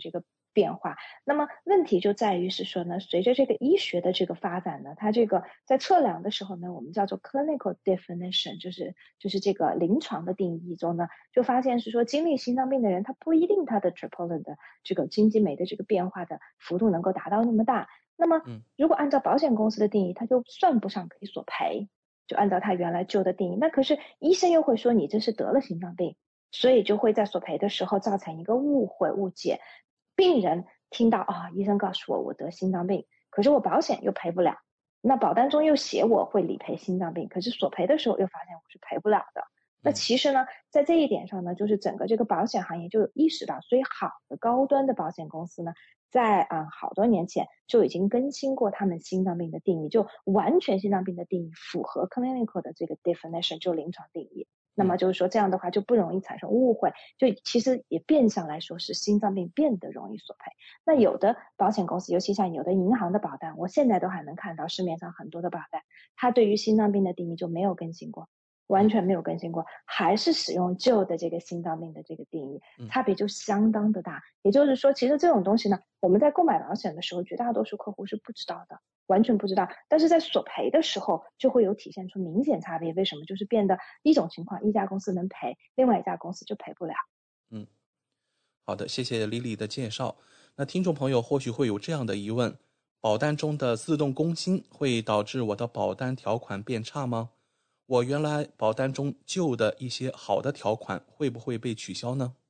S10: 变化。那么问题就在于是说呢，随着这个医学的这个发展呢，它这个在测量的时候呢，我们叫做 clinical definition， 就是就是这个临床的定义中呢，就发现是说经历心脏病的人，他不一定他的 troponin 的这个经济酶的这个变化的幅度能够达到那么大。那么如果按照保险公司的定义，它就算不上可以索赔，就按照他原来旧的定义。那可是医生又会说你这是得了心脏病，所以就会在索赔的时候造成一个误会误解。病人听到啊、哦，医生告诉我我得心脏病，可是我保险又赔不了，那保单中又写我会理赔心脏病，可是索赔的时候又发现我是赔不了的。那其实呢，在这一点上呢，就是整个这个保险行业就有意识到，所以好的高端的保险公司呢，在啊、嗯、好多年前就已经更新过他们心脏病的定义，就完全心脏病的定义符合 clinical 的这个 definition， 就临床定义。那么就是说这样的话就不容易产生误会，就其实也变相来说是心脏病变得容易索赔。那有的保险公司，尤其像有的银行的保单，我现在都还能看到市面上很多的保单，它对于心脏病的定义就没有更新过，完全没有更新过，还是使用旧的这个心脏病的这个定义，差别就相当的大。也就是说，其实这种东西呢，我们在购买保险的时候，绝大多数客户是不知道的，完全不知道。但是在索赔的时候，就会有体现出明显差别。为什么？就是变得一种情况，一家公司能赔，另外一家公司就赔不了。
S6: 嗯，好的，谢谢 Lily 的介绍。那听众朋友或许会有这样的疑问：保单中的自动更新会导致我的保单条款变差吗？我原来保单中旧的一些好的条款会不会被取消呢？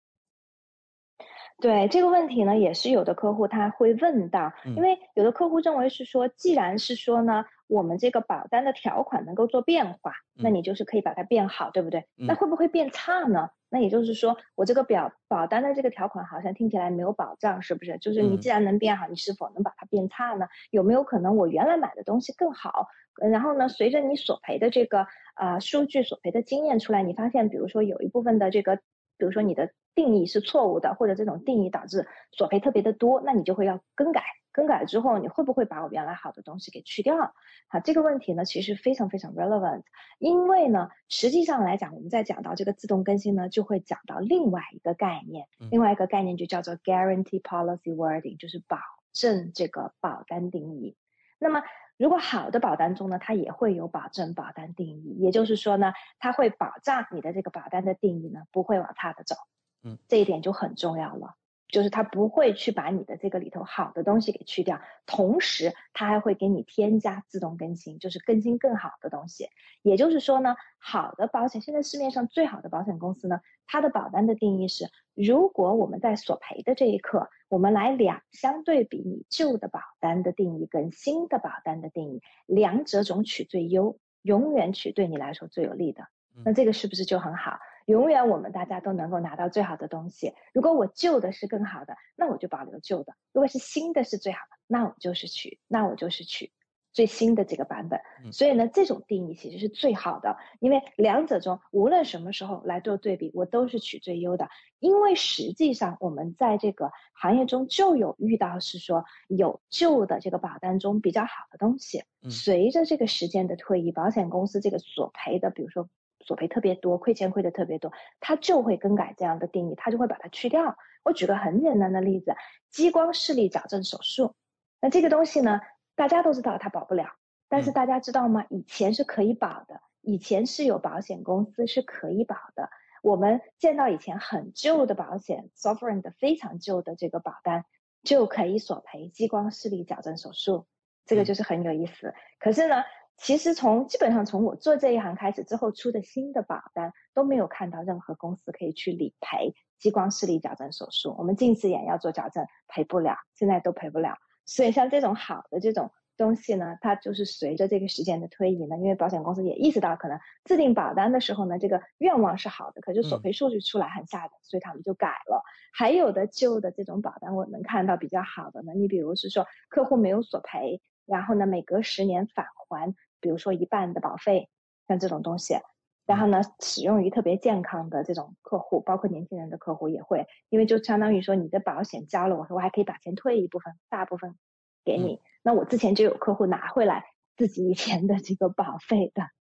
S10: 对这个问题呢，也是有的客户他会问到，因为有的客户认为是说，既然是说呢，我们这个保单的条款能够做变化，那你就是可以把它变好，对不对？那会不会变差呢？那也就是说，我这个表保单的这个条款好像听起来没有保障，是不是？就是你既然能变好，你是否能把它变差呢？有没有可能我原来买的东西更好？然后呢，随着你索赔的这个呃数据、索赔的经验出来，你发现，比如说有一部分的这个，比如说你的定义是错误的，或者这种定义导致索赔特别的多，那你就会要更改。更改之后，你会不会把我原来好的东西给去掉？好，这个问题呢，其实非常非常 relevant， 因为呢，实际上来讲，我们在讲到这个自动更新呢，就会讲到另外一个概念，另外一个概念就叫做 guarantee policy wording， 就是保证这个保单定义。那么如果好的保单中呢，它也会有保证保单定义，也就是说呢，它会保障你的这个保单的定义呢不会往差的走，嗯，这一点就很重要了，就是它不会去把你的这个里头好的东西给去掉，同时它还会给你添加自动更新，就是更新更好的东西。也就是说呢，好的保险，现在市面上最好的保险公司呢，它的保单的定义是，如果我们在索赔的这一刻，我们来两相对比你旧的保单的定义跟新的保单的定义，两者总取最优，永远取对你来说最有利的。那这个是不是就很好？永远我们大家都能够拿到最好的东西。如果我旧的是更好的，那我就保留旧的；如果是新的是最好的，那我就是取，那我就是取最新的这个版本。所以呢，这种定义其实是最好的，因为两者中无论什么时候来做对比，我都是取最优的。因为实际上我们在这个行业中就有遇到是说，有旧的这个保单中比较好的东西，随着这个时间的推移，保险公司这个索赔的，比如说索赔特别多，亏钱亏的特别多，它就会更改这样的定义，它就会把它去掉。我举个很简单的例子，激光视力矫正手术，那这个东西呢，大家都知道它保不了，但是大家知道吗？以前是可以保的，以前是有保险公司是可以保的。我们见到以前很旧的保险 Sovereign 的非常旧的这个保单就可以索赔激光视力矫正手术，这个就是很有意思。可是呢，其实从基本上从我做这一行开始之后出的新的保单都没有看到任何公司可以去理赔激光视力矫正手术。我们近视眼要做矫正赔不了，现在都赔不了。所以像这种好的这种东西呢，它就是随着这个时间的推移呢，因为保险公司也意识到可能制定保单的时候呢，这个愿望是好的，可是索赔数据出来很吓人，所以他们就改了。还有的旧的这种保单我们看到比较好的呢，你比如是说客户没有索赔，然后呢每隔十年返还比如说一半的保费，像这种东西，然后呢使用于特别健康的这种客户，包括年轻人的客户也会，因为就相当于说你的保险交了，我说我还可以把钱退一部分，大部分给你、嗯、那我之前就有客户拿回来自己以前的这个保费的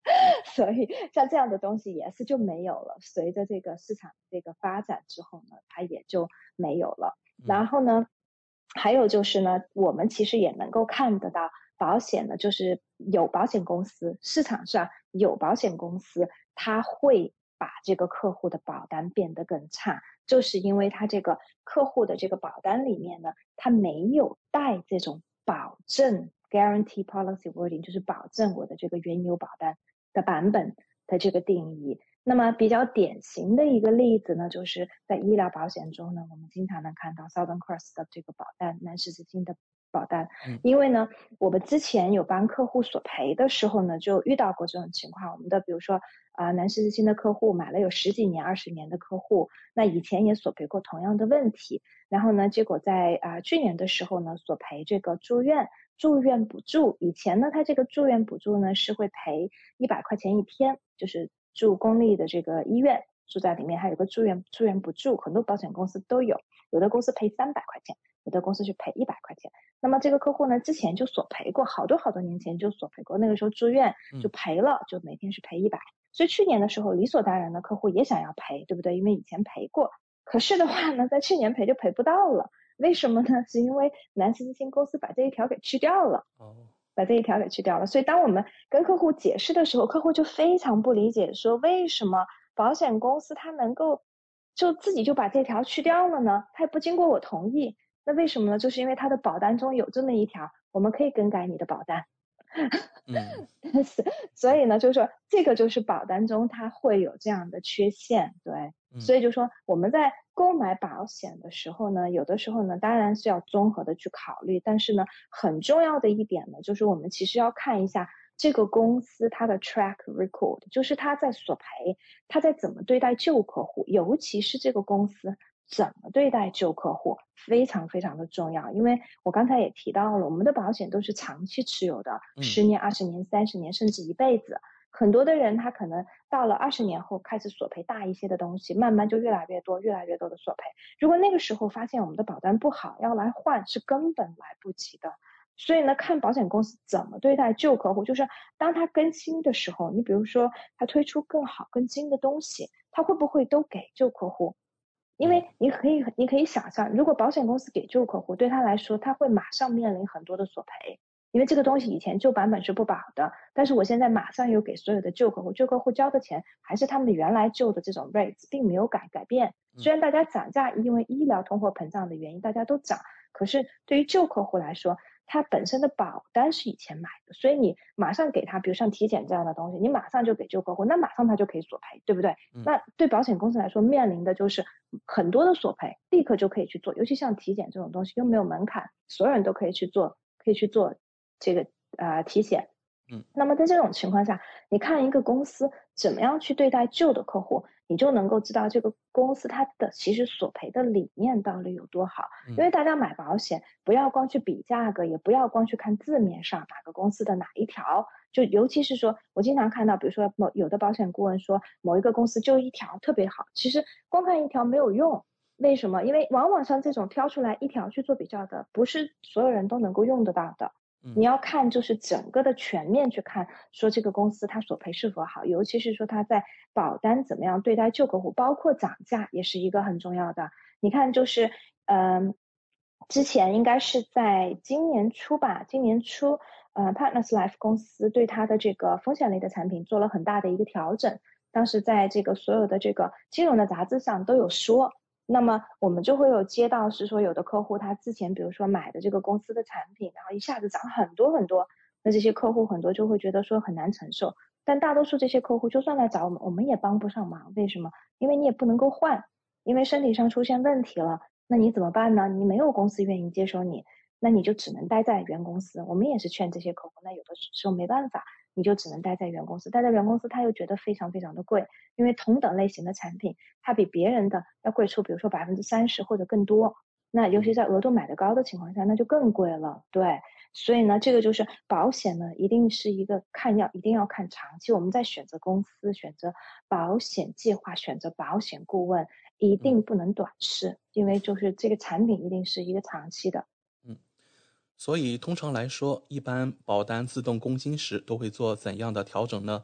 S10: 所以像这样的东西也是就没有了。随着这个市场这个发展之后呢，它也就没有了。然后呢，还有就是呢，我们其实也能够看得到，保险呢，就是有保险公司，市场上有保险公司，它会把这个客户的保单变得更差，就是因为它这个客户的这个保单里面呢，它没有带这种保证 guarantee policy wording， 就是保证我的这个原有保单的版本的这个定义。那么比较典型的一个例子呢，就是在医疗保险中呢，我们经常能看到 Southern Cross 的这个保单，南十字星的保单。因为呢，我们之前有帮客户索赔的时候呢，就遇到过这种情况。我们的比如说啊、呃，南十字星的客户买了有十几年、二十年的客户，那以前也索赔过同样的问题。然后呢，结果在啊、呃、去年的时候呢，索赔这个住院住院补助。以前呢，他这个住院补助呢是会赔一百块钱一天，就是住公立的这个医院，住在里面还有个住院住院补助，很多保险公司都有，有的公司赔三百块钱，有的公司是赔一百块钱。那么这个客户呢，之前就索赔过，好多好多年前就索赔过，那个时候住院就赔了，就每天是赔一百。所以去年的时候理所当然的客户也想要赔，对不对？因为以前赔过，可是的话呢，在去年赔就赔不到了。为什么呢？是因为南十字星公司把这一条给去掉了。把这一条给去掉了。所以当我们跟客户解释的时候，客户就非常不理解，说为什么保险公司它能够就自己就把这条去掉了呢？它也不经过我同意。那为什么呢？就是因为它的保单中有这么一条，我们可以更改你的保单。嗯，所以呢，就是说这个就是保单中它会有这样的缺陷，对，所以就说我们在购买保险的时候呢，有的时候呢，当然是要综合的去考虑，但是呢，很重要的一点呢，就是我们其实要看一下这个公司它的 track record， 就是它在索赔，它在怎么对待旧客户，尤其是这个公司怎么对待旧客户非常非常的重要。因为我刚才也提到了，我们的保险都是长期持有的，十年、二十年、三十年，甚至一辈子。很多的人他可能到了二十年后开始索赔大一些的东西，慢慢就越来越多越来越多的索赔。如果那个时候发现我们的保单不好，要来换是根本来不及的。所以呢，看保险公司怎么对待旧客户，就是当他更新的时候，你比如说他推出更好更新的东西，他会不会都给旧客户？因为你可以你可以想象，如果保险公司给旧客户，对他来说他会马上面临很多的索赔，因为这个东西以前旧版本是不保的，但是我现在马上有给所有的旧客户，旧客户交的钱还是他们原来旧的这种 rates， 并没有改改变。虽然大家涨价，因为医疗通货膨胀的原因大家都涨，可是对于旧客户来说，他本身的保单是以前买的，所以你马上给他，比如像体检这样的东西，你马上就给旧客户，那马上他就可以索赔，对不对？嗯、那对保险公司来说，面临的就是很多的索赔，立刻就可以去做，尤其像体检这种东西又没有门槛，所有人都可以去做，可以去做这个呃体检。嗯，那么在这种情况下，你看一个公司怎么样去对待旧的客户，你就能够知道这个公司它的其实索赔的理念到底有多好。因为大家买保险不要光去比价格，也不要光去看字面上哪个公司的哪一条，就尤其是说我经常看到比如说某有的保险顾问说某一个公司就一条特别好，其实光看一条没有用。为什么？因为往往像这种挑出来一条去做比较的，不是所有人都能够用得到的。你要看就是整个的全面去看，说这个公司它索赔是否好，尤其是说它在保单怎么样对待旧客户，包括涨价也是一个很重要的。你看就是嗯，之前应该是在今年初吧，今年初呃 Partners Life 公司对它的这个风险类的产品做了很大的一个调整，当时在这个所有的这个金融的杂志上都有说。那么我们就会有接到是说有的客户他之前比如说买的这个公司的产品，然后一下子涨很多很多，那这些客户很多就会觉得说很难承受，但大多数这些客户就算来找我们，我们也帮不上忙。为什么？因为你也不能够换，因为身体上出现问题了，那你怎么办呢？你没有公司愿意接收你，那你就只能待在原公司。我们也是劝这些客户，那有的时候没办法，你就只能待在原公司，待在原公司他又觉得非常非常的贵，因为同等类型的产品它比别人的要贵出比如说百分之三十或者更多，那尤其在额度买的高的情况下那就更贵了。对，所以呢这个就是保险呢一定是一个看要一定要看长期，我们在选择公司选择保险计划选择保险顾问一定不能短视，因为就是这个产品一定是一个长期的。
S6: 所以通常来说，一般保单自动更新时都会做怎样的调整呢？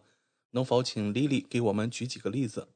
S6: 能否请 Lily 给我们举几个例子？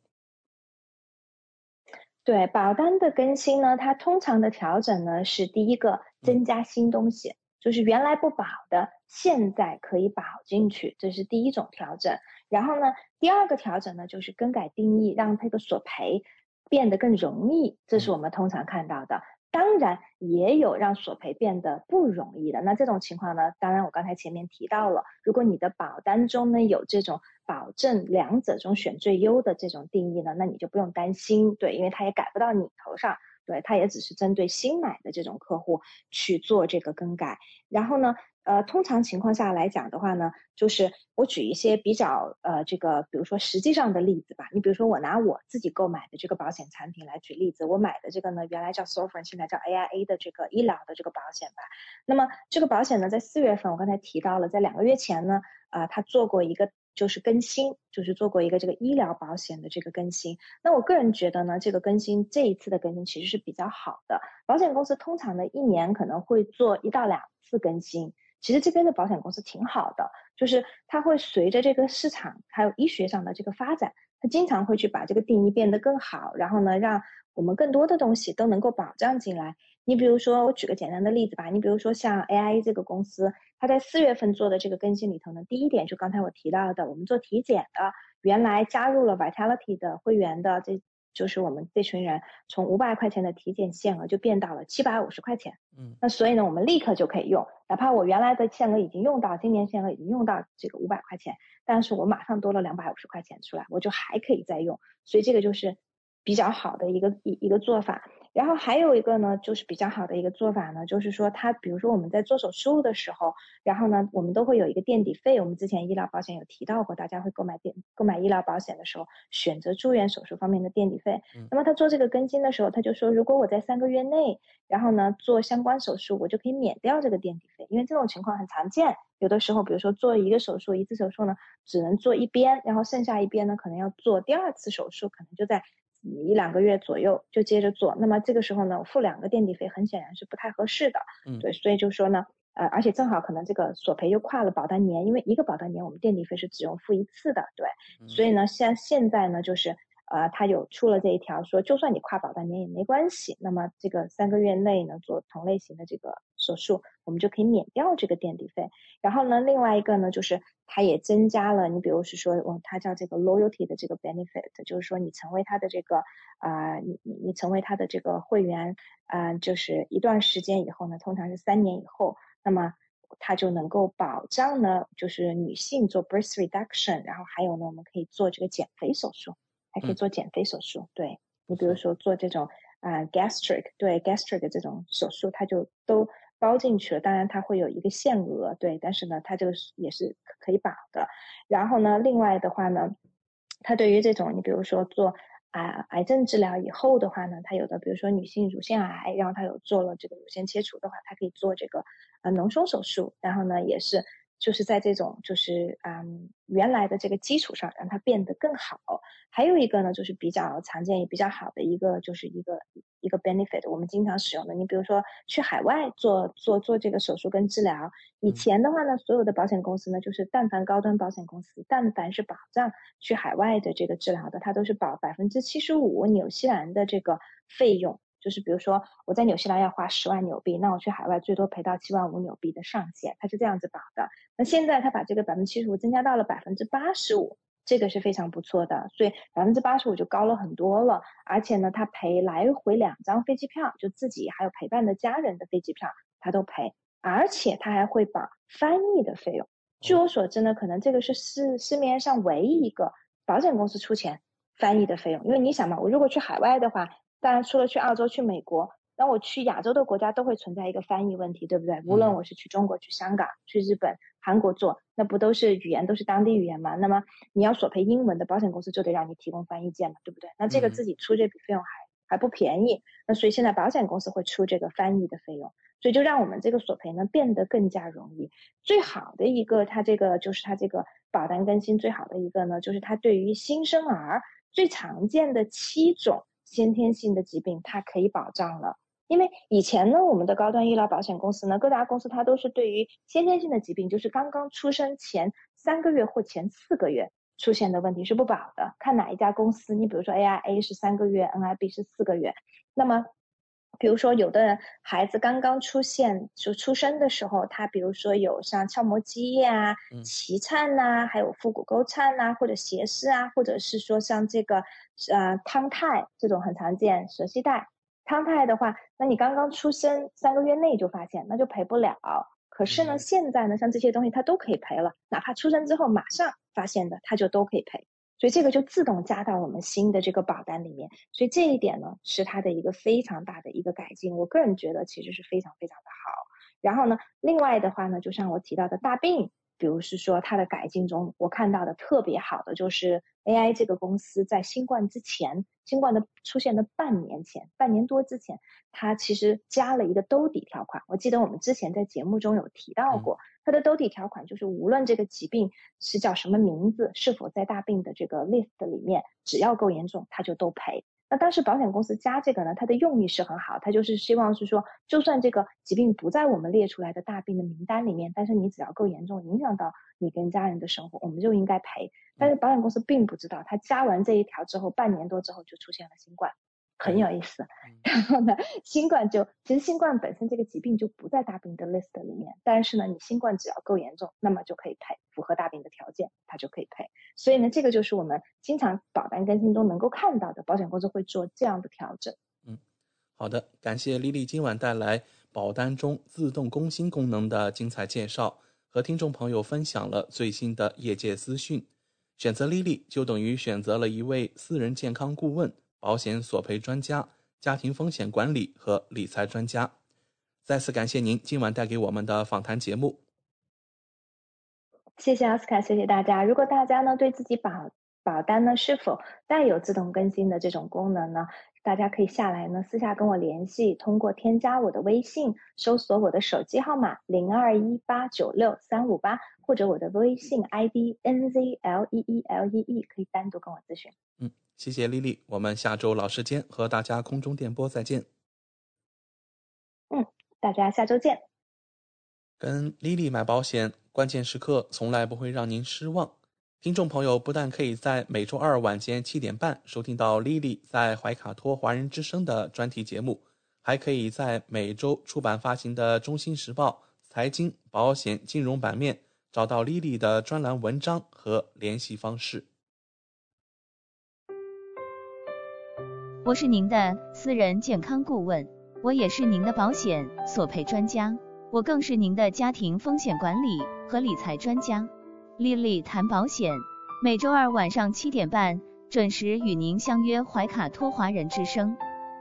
S10: 对，保单的更新呢，它通常的调整呢是第一个增加新东西，嗯、就是原来不保的，现在可以保进去，这是第一种调整。然后呢，第二个调整呢就是更改定义，让这个索赔变得更容易，这是我们通常看到的。嗯、当然也有让索赔变得不容易的。那这种情况呢，当然我刚才前面提到了，如果你的保单中呢有这种保证两者中选最优的这种定义呢，那你就不用担心，对，因为它也改不到你头上，对，它也只是针对新买的这种客户去做这个更改。然后呢，呃，通常情况下来讲的话呢，就是我举一些比较呃这个，比如说实际上的例子吧。你比如说我拿我自己购买的这个保险产品来举例子，我买的这个呢，原来叫 Sovereign， 现在叫 A I A 的这个医疗的这个保险吧。那么这个保险呢，在四月份我刚才提到了，在两个月前呢，啊、呃，它做过一个。就是更新，就是做过一个这个医疗保险的这个更新。那我个人觉得呢，这个更新这一次的更新其实是比较好的。保险公司通常的一年可能会做一到两次更新，其实这边的保险公司挺好的，就是它会随着这个市场还有医学上的这个发展，它经常会去把这个定义变得更好，然后呢，让我们更多的东西都能够保障进来。你比如说，我举个简单的例子吧，你比如说像 A I A 这个公司，它在四月份做的这个更新里头呢，第一点就刚才我提到的，我们做体检的，原来加入了 Vitality 的会员的，这就是我们这群人从五百块钱的体检限额就变到了七百五十块钱。嗯，那所以呢，我们立刻就可以用，哪怕我原来的限额已经用到，今年限额已经用到这个五百块钱，但是我马上多了两百五十块钱出来，我就还可以再用，所以这个就是比较好的一个一一个做法。然后还有一个呢，就是比较好的一个做法呢，就是说它比如说我们在做手术的时候，然后呢我们都会有一个垫底费，我们之前医疗保险有提到过，大家会购买垫购买医疗保险的时候选择住院手术方面的垫底费。嗯、那么他做这个更新的时候，他就说如果我在三个月内，然后呢做相关手术，我就可以免掉这个垫底费，因为这种情况很常见，有的时候比如说做一个手术，一次手术呢只能做一边，然后剩下一边呢可能要做第二次手术，可能就在一两个月左右就接着做，那么这个时候呢，付两个垫底费很显然是不太合适的。嗯，对，所以就说呢，呃，而且正好可能这个索赔又跨了保单年，因为一个保单年我们垫底费是只用付一次的，对，嗯、所以呢，像现在呢，就是呃，他有出了这一条说，就算你跨保单年也没关系，那么这个三个月内呢做同类型的这个手术，我们就可以免掉这个垫底费。然后呢，另外一个呢，就是它也增加了，你比如是说，哦，它叫这个 loyalty 的这个 benefit， 就是说你成为它的这个啊、呃，你你你成为它的这个会员啊、呃，就是一段时间以后呢，通常是三年以后，那么它就能够保障呢，就是女性做 breast reduction， 然后还有呢，我们可以做这个减肥手术，还可以做减肥手术。嗯、对，你比如说做这种啊、呃、gastric， 对 gastric 的这种手术，它就都包进去了，当然它会有一个限额，对，但是呢，它这个也是可以保的。然后呢，另外的话呢，它对于这种你比如说做啊、呃、癌症治疗以后的话呢，它有的比如说女性乳腺癌，然后它有做了这个乳腺切除的话，它可以做这个呃脓胸手术，然后呢也是就是在这种就是嗯原来的这个基础上让它变得更好。还有一个呢，就是比较常见也比较好的一个就是一个一个 benefit， 我们经常使用的，你比如说去海外做做做这个手术跟治疗，以前的话呢，所有的保险公司呢，就是但凡高端保险公司，但凡是保障去海外的这个治疗的，它都是保百分之七十五纽西兰的这个费用。就是比如说我在纽西兰要花十万纽币，那我去海外最多赔到七万五纽币的上限，它是这样子保的。那现在它把这个百分之七十五增加到了百分之八十五，这个是非常不错的，所以百分之八十五就高了很多了。而且呢，它赔来回两张飞机票，就自己还有陪伴的家人的飞机票，它都赔，而且它还会保翻译的费用。据我所知呢，可能这个是市市面上唯一一个保险公司出钱翻译的费用。因为你想嘛，我如果去海外的话，当然除了去澳洲、去美国，那我去亚洲的国家都会存在一个翻译问题，对不对？无论我是去中国、去香港、去日本、韩国做，那不都是语言都是当地语言嘛？那么你要索赔英文的，保险公司就得让你提供翻译件嘛，对不对？那这个自己出这笔费用还还不便宜，那所以现在保险公司会出这个翻译的费用，所以就让我们这个索赔呢变得更加容易。最好的一个，它这个就是它这个保单更新最好的一个呢，就是它对于新生儿最常见的七种先天性的疾病，它可以保障了。因为以前呢，我们的高端医疗保险公司呢，各大公司它都是对于先天性的疾病，就是刚刚出生前三个月或前四个月出现的问题是不保的，看哪一家公司，你比如说 A I A 是三个月 ，N I B 是四个月，那么比如说有的孩子刚刚出现就出生的时候，他比如说有像鞘膜积液啊、脐颤呐、啊，还有腹股沟颤呐、啊，或者斜视啊，或者是说像这个呃汤态这种很常见，舌系带汤态的话，那你刚刚出生三个月内就发现，那就赔不了。可是呢，现在呢，像这些东西它都可以赔了，哪怕出生之后马上发现的，它就都可以赔。所以这个就自动加到我们新的这个保单里面，所以这一点呢是它的一个非常大的一个改进，我个人觉得其实是非常非常的好。然后呢，另外的话呢，就像我提到的大病，比如是说它的改进中，我看到的特别好的就是 A I 这个公司在新冠之前，新冠的出现的半年前，半年多之前，它其实加了一个兜底条款。我记得我们之前在节目中有提到过，它的兜底条款就是无论这个疾病是叫什么名字，是否在大病的这个 list 里面，只要够严重，它就都赔。那当时保险公司加这个呢，它的用意是很好，它就是希望是说，就算这个疾病不在我们列出来的大病的名单里面，但是你只要够严重，影响到你跟家人的生活，我们就应该赔。但是保险公司并不知道，它加完这一条之后，半年多之后就出现了新冠，很有意思。然后呢，新冠就其实新冠本身这个疾病就不在大病的 list 里面，但是呢，你新冠只要够严重，那么就可以赔，符合大病的条件，它就可以赔。所以呢，这个就是我们经常保单更新中能够看到的，保险公司会做这样的调整。
S6: 嗯，好的，感谢莉莉今晚带来保单中自动更新功能的精彩介绍，和听众朋友分享了最新的业界资讯。选择莉莉就等于选择了一位私人健康顾问、保险索赔专家、家庭风险管理和理财专家。再次感谢您今晚带给我们的访谈节目。
S10: 谢谢奥斯卡，谢谢大家。如果大家呢对自己保保单呢是否带有自动更新的这种功能呢，大家可以下来呢私下跟我联系，通过添加我的微信，搜索我的手机号码零二一八九六三五八，或者我的微信 I D N Z L E E L E E， 可以单独跟我咨询。
S6: 嗯，谢谢莉莉，我们下周老时间和大家空中电波再见。
S10: 嗯，大家下周见。
S6: 跟莉莉买保险，关键时刻从来不会让您失望。听众朋友不但可以在每周二晚间七点半收听到莉莉在怀卡托华人之声的专题节目，还可以在每周出版发行的中新时报财经、保险、金融版面找到莉莉的专栏文章和联系方式。
S5: 我是您的私人健康顾问，我也是您的保险索赔专家，我更是您的家庭风险管理和理财专家。莉莉谈保险，每周二晚上七点半准时与您相约怀卡托华人之声。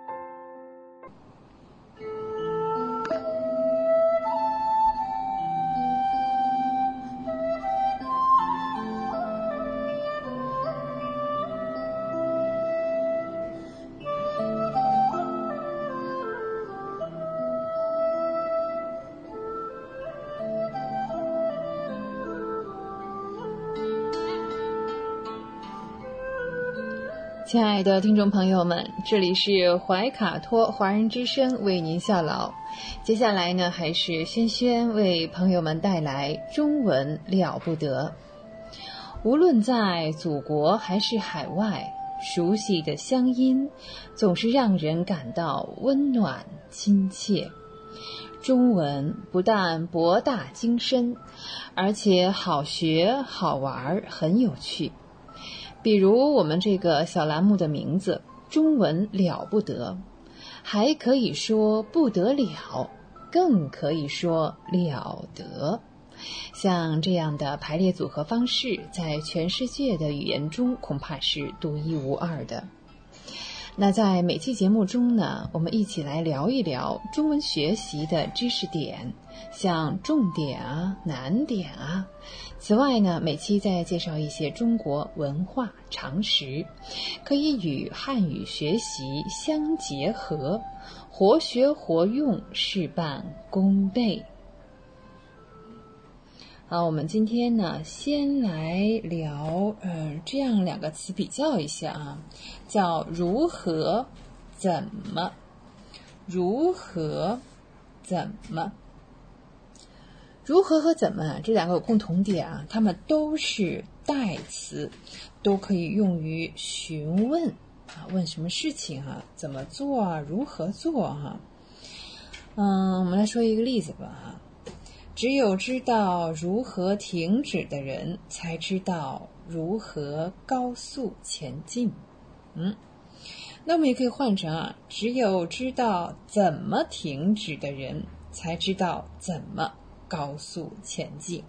S9: 亲爱的听众朋友们，这里是怀卡托华人之声为您效劳。接下来呢，还是轩轩为朋友们带来中文了不得。无论在祖国还是海外，熟悉的乡音总是让人感到温暖亲切。中文不但博大精深，而且好学好玩，很有趣。比如我们这个小栏目的名字中文了不得，还可以说不得了，更可以说了得。像这样的排列组合方式在全世界的语言中恐怕是独一无二的。那在每期节目中呢，我们一起来聊一聊中文学习的知识点，像重点啊、难点啊。此外呢，每期再介绍一些中国文化常识，可以与汉语学习相结合，活学活用，事半功倍。好，我们今天呢，先来聊呃这样两个词比较一下啊，叫如何、怎么。如何、怎么。如何和怎么这两个有共同点啊，它们都是代词，都可以用于询问啊，问什么事情哈、啊，怎么做啊，如何做哈、啊。嗯，我们来说一个例子吧哈。只有知道如何停止的人，才知道如何高速前进。嗯，那我们也可以换成啊，只有知道怎么停止的人，才知道怎么高速前进。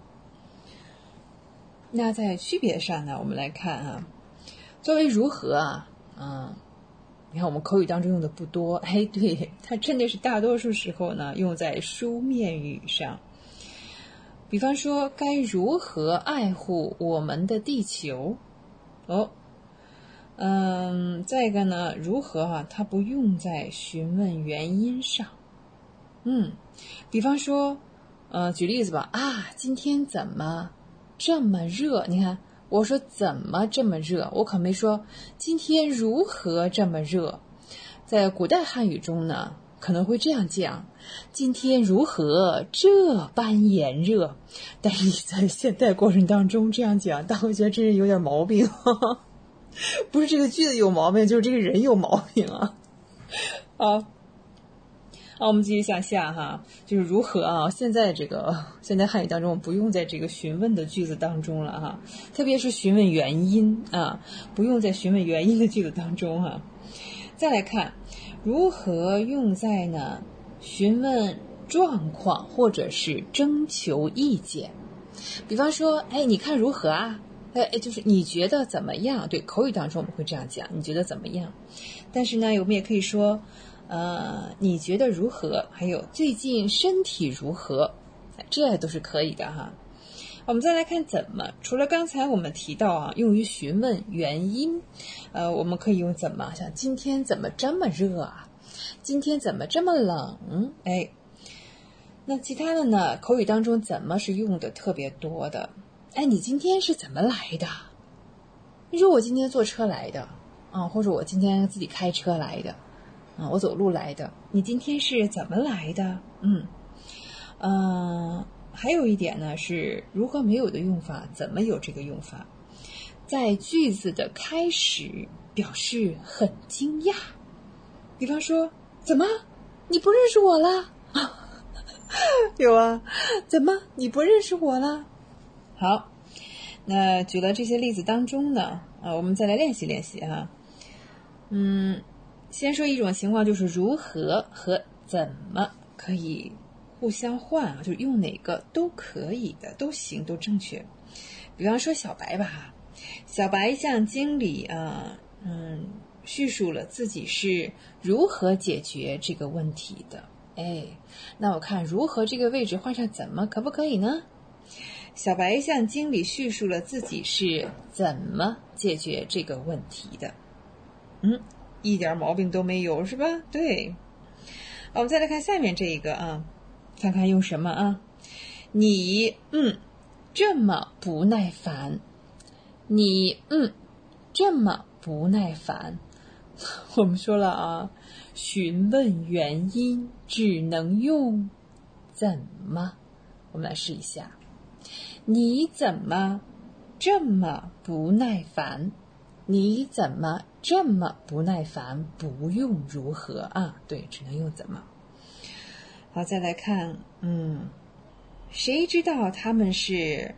S9: 那在区别上呢，我们来看啊，作为如何啊，嗯，你看我们口语当中用的不多，哎，对，它真的是大多数时候呢用在书面语上。比方说，该如何爱护我们的地球？哦，嗯，再一个呢，如何啊，它不用在询问原因上。嗯，比方说，呃，举例子吧，啊，今天怎么这么热？你看，我说怎么这么热，我可没说今天如何这么热。在古代汉语中呢，可能会这样讲，今天如何这般炎热，但是你在现代过程当中这样讲，但我觉得这是有点毛病，呵呵，不是这个句子有毛病，就是这个人有毛病啊。好，好，我们继续向下哈，就是如何啊，现在这个现在汉语当中不用在这个询问的句子当中了哈，特别是询问原因啊，不用在询问原因的句子当中哈。再来看如何用在呢询问状况或者是征求意见。比方说，哎，你看如何啊？哎，就是你觉得怎么样？对，口语当中我们会这样讲，你觉得怎么样？但是呢，我们也可以说，呃，你觉得如何？还有最近身体如何？这都是可以的哈。我们再来看怎么，除了刚才我们提到啊，用于询问原因，呃，我们可以用怎么，像今天怎么这么热啊？今天怎么这么冷？哎，那其他的呢？口语当中怎么是用的特别多的？哎，你今天是怎么来的？你说我今天坐车来的啊，或者我今天自己开车来的啊，我走路来的。你今天是怎么来的？嗯，呃。还有一点呢，是如何没有的用法，怎么有这个用法？在句子的开始表示很惊讶，比方说，怎么你不认识我了？有啊，怎么你不认识我了？好，那举了这些例子当中呢，啊，我们再来练习练习哈。嗯，先说一种情况，就是如何和怎么可以互相换啊，就是用哪个都可以的，都行，都正确。比方说小白吧，小白向经理啊，嗯，叙述了自己是如何解决这个问题的。哎，那我看如何这个位置换上怎么可不可以呢？小白向经理叙述了自己是怎么解决这个问题的。嗯，一点毛病都没有，是吧？对。我们再来看下面这一个啊。看看用什么啊？你嗯这么不耐烦，你嗯这么不耐烦。我们说了啊，询问原因只能用怎么。我们来试一下，你怎么这么不耐烦？你怎么这么不耐烦？不用如何啊，对，只能用怎么。好，再来看，嗯，谁知道他们是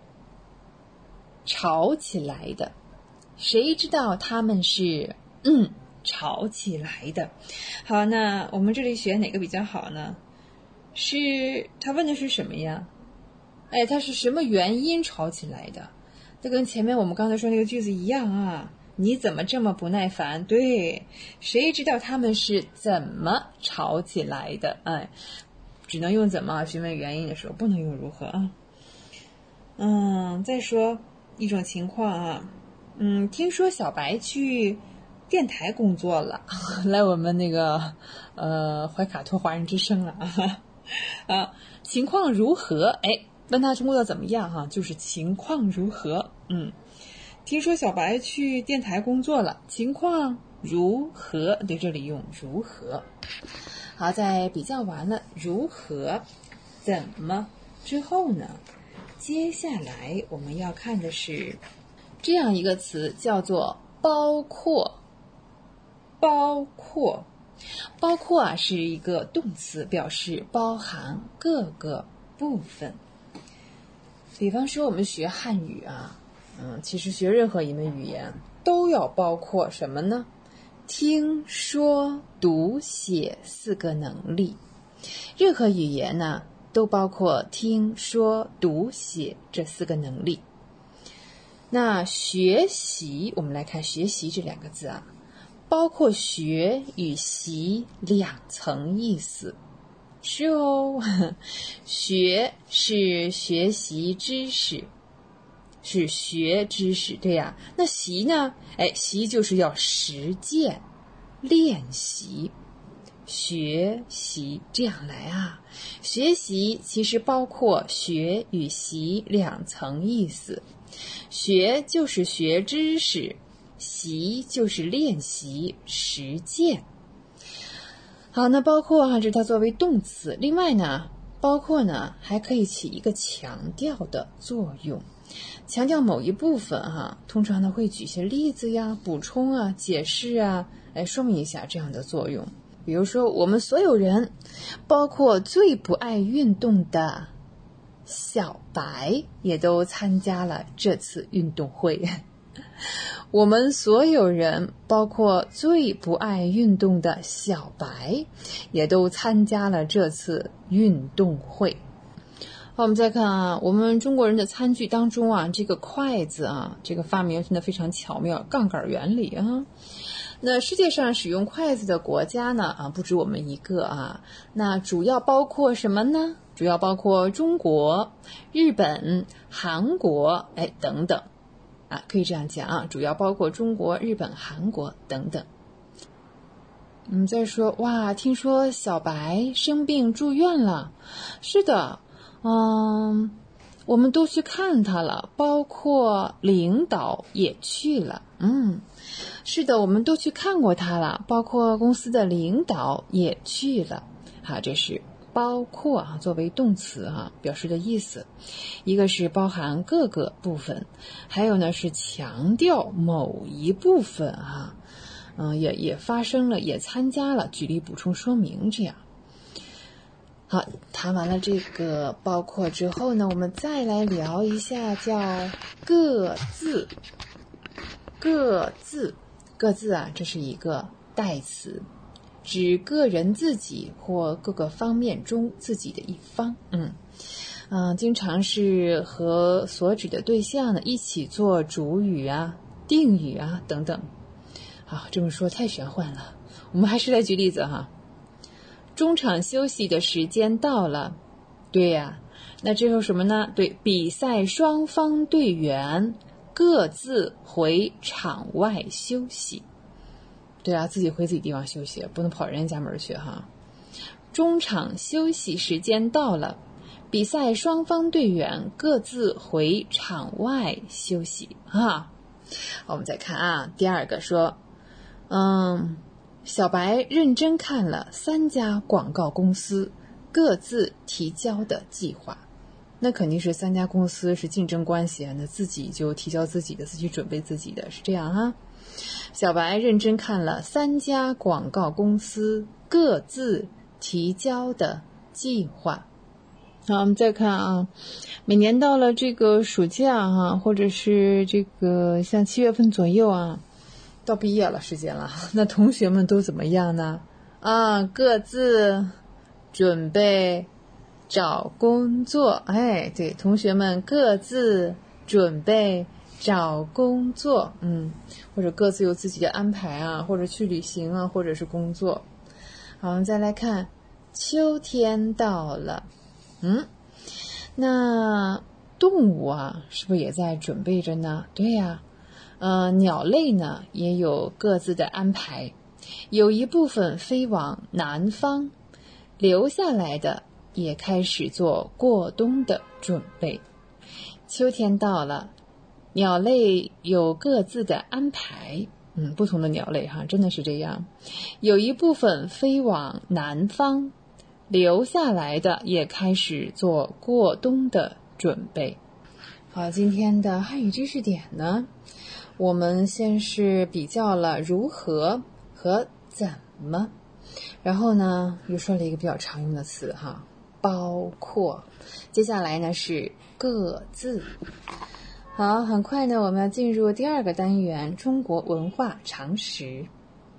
S9: 吵起来的？谁知道他们是嗯吵起来的？好，那我们这里选哪个比较好呢？是他问的是什么呀？哎，他是什么原因吵起来的？这跟前面我们刚才说那个句子一样啊。你怎么这么不耐烦？对，谁知道他们是怎么吵起来的？哎，只能用怎么询问原因的时候，不能用如何啊。嗯，再说一种情况啊，嗯，听说小白去电台工作了，来我们那个呃怀卡托华人之声了啊。啊，情况如何？哎，问他工作怎么样哈、啊？就是情况如何？嗯。听说小白去电台工作了，情况如何？对，这里用如何。好，在比较完了如何、怎么之后呢， 接下来我们要看的是这样一个词，叫做包括。包括，包括啊是一个动词，表示包含各个部分。比方说我们学汉语啊，嗯，其实学任何一门语言都要包括什么呢？听说读写四个能力。任何语言呢都包括听说读写这四个能力。那学习，我们来看学习这两个字啊，包括学与习两层意思。是哦，学是学习知识，是学知识，对呀。那习呢？哎，习就是要实践、练习。学习这样来啊，学习其实包括学与习两层意思。学就是学知识，习就是练习实践。好，那包括哈，这它作为动词。另外呢，包括呢还可以起一个强调的作用，强调某一部分哈，通常呢会举些例子呀、补充啊、解释啊，来说明一下这样的作用。比如说，我们所有人，包括最不爱运动的小白，也都参加了这次运动会。我们所有人，包括最不爱运动的小白，也都参加了这次运动会。好，我们再看啊，我们中国人的餐具当中啊，这个筷子啊，这个发明真的非常巧妙，杠杆原理啊。那世界上使用筷子的国家呢啊，不止我们一个啊。那主要包括什么呢？主要包括中国、日本、韩国，哎，等等。啊，可以这样讲啊，主要包括中国、日本、韩国等等。嗯，再说，哇，听说小白生病住院了。是的，嗯，我们都去看他了，包括领导也去了。嗯，是的，我们都去看过他了，包括公司的领导也去了。好，这是包括啊，作为动词啊，表示的意思，一个是包含各个部分，还有呢是强调某一部分啊，嗯，也也发生了，也参加了，举例补充说明这样。好，谈完了这个包括之后呢，我们再来聊一下叫各自。各自，各自啊，这是一个代词。指个人自己或各个方面中自己的一方，嗯，嗯、呃，经常是和所指的对象呢一起做主语啊、定语啊等等。好，这么说太玄幻了，我们还是来举例子哈。中场休息的时间到了，对呀，那之后什么呢？对，比赛双方队员各自回场外休息。对啊，自己回自己地方休息，不能跑人家家门去哈。中场休息时间到了，比赛双方队员各自回场外休息啊。我们再看啊，第二个说，嗯，小白认真看了三家广告公司各自提交的计划。那肯定是三家公司是竞争关系啊，那自己就提交自己的，自己准备自己的，是这样啊。小白认真看了三家广告公司各自提交的计划。好，我们再看啊，每年到了这个暑假啊，或者是这个像七月份左右啊，到毕业了时间了，那同学们都怎么样呢？啊，各自准备找工作。哎，对，同学们各自准备找工作，嗯，或者各自有自己的安排啊，或者去旅行啊，或者是工作。好，我们再来看，秋天到了，嗯，那动物啊，是不是也在准备着呢？对呀，呃，鸟类呢也有各自的安排，有一部分飞往南方，留下来的也开始做过冬的准备。秋天到了，鸟类有各自的安排，嗯，不同的鸟类哈，真的是这样。有一部分飞往南方，留下来的也开始做过冬的准备。 好，今天的汉语知识点呢，我们先是比较了如何和怎么，然后呢又说了一个比较常用的词哈，包括。接下来呢是各自。好，很快呢我们要进入第二个单元，中国文化常识。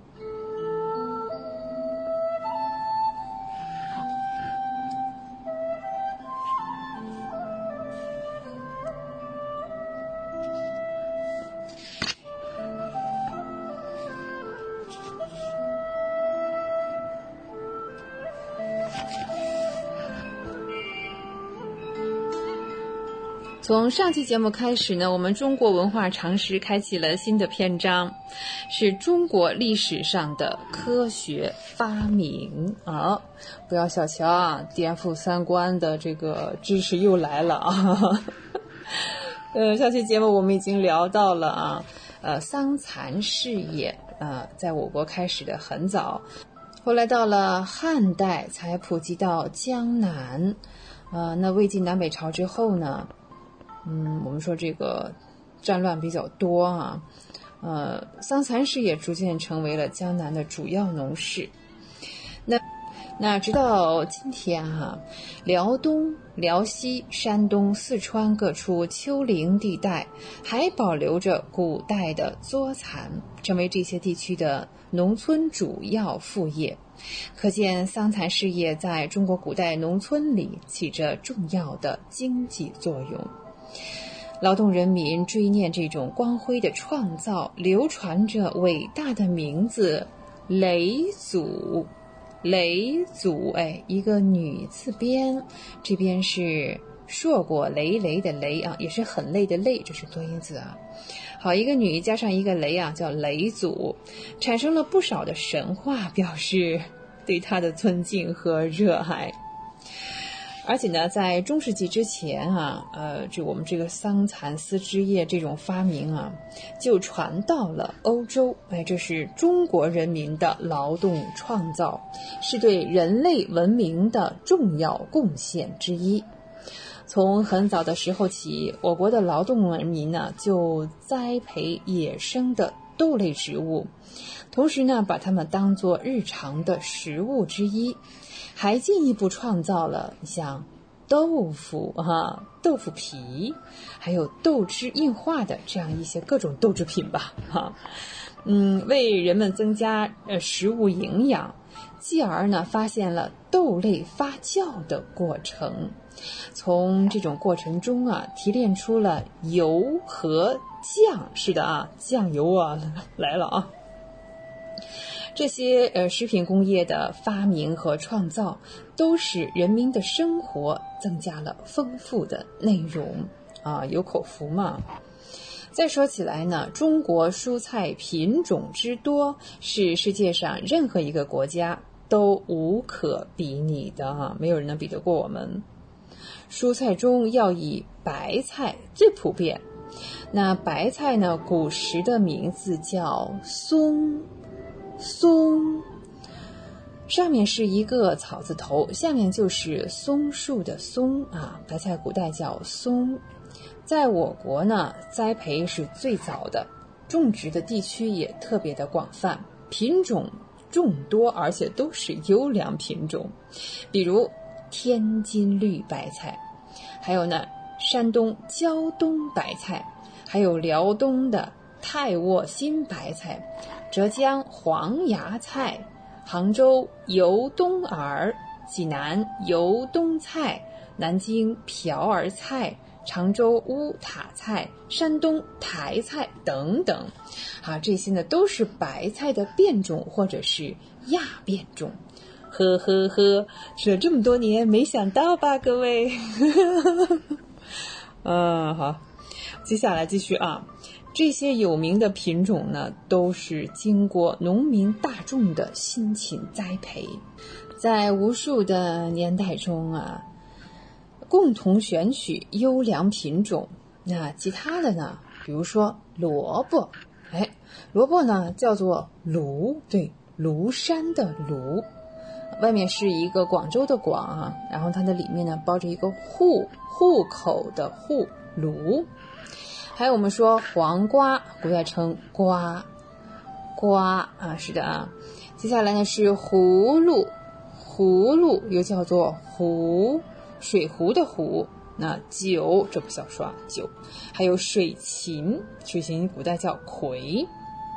S9: 从上期节目开始呢，我们中国文化常识开启了新的篇章，是中国历史上的科学发明啊！不要小瞧啊，颠覆三观的这个知识又来了啊！呃，上期节目我们已经聊到了啊，呃，桑蚕事业呃，在我国开始的很早，后来到了汉代才普及到江南，呃，那魏晋南北朝之后呢？嗯，我们说这个战乱比较多啊，呃，桑蚕事业逐渐成为了江南的主要农事。那那直到今天哈、啊，辽东、辽西、山东、四川各处丘陵地带还保留着古代的作蚕，成为这些地区的农村主要副业。可见桑蚕事业在中国古代农村里起着重要的经济作用。劳动人民追念这种光辉的创造，流传着伟大的名字嫘祖。嫘祖，哎，一个女字边，这边是硕果累累的累啊，也是很累的累，这是多音字啊。好，一个女加上一个雷啊，叫嫘祖，产生了不少的神话，表示对她的尊敬和热爱。而且呢，在中世纪之前啊，呃，就我们这个桑蚕丝织业这种发明啊，就传到了欧洲。哎，这是中国人民的劳动创造，是对人类文明的重要贡献之一。从很早的时候起，我国的劳动人民呢，就栽培野生的豆类植物，同时呢，把它们当作日常的食物之一。还进一步创造了像豆腐哈、豆腐皮，还有豆汁硬化的这样一些各种豆制品吧哈，嗯，为人们增加呃食物营养，继而呢发现了豆类发酵的过程，从这种过程中啊提炼出了油和酱，是的啊，酱油啊来了啊。这些呃食品工业的发明和创造，都使人民的生活增加了丰富的内容啊，有口福嘛。再说起来呢，中国蔬菜品种之多，是世界上任何一个国家都无可比拟的啊，没有人能比得过我们。蔬菜中要以白菜最普遍，那白菜呢，古时的名字叫松。松，上面是一个草字头，下面就是松树的松啊。白菜古代叫松，在我国呢，栽培是最早的，种植的地区也特别的广泛，品种众多，而且都是优良品种，比如天津绿白菜，还有呢山东胶东白菜，还有辽东的泰沃新白菜，浙江黄芽菜，杭州油冬耳，济南油冬菜，南京瓢儿菜，常州乌塔菜，山东台菜等等啊，这些呢都是白菜的变种或者是亚变种。呵呵呵，吃了这么多年没想到吧各位嗯，好，接下来继续啊。这些有名的品种呢，都是经过农民大众的辛勤栽培，在无数的年代中啊，共同选取优良品种。那其他的呢，比如说萝卜，哎，萝卜呢叫做庐，对，庐山的庐，外面是一个广州的广啊，然后它的里面呢包着一个户，户口的户， 芦。还有我们说黄瓜，古代称瓜，瓜啊，是的啊。接下来呢是葫芦，葫芦又叫做壶，水壶的壶。那酒，这不小说啊，酒。还有水芹，水芹古代叫葵。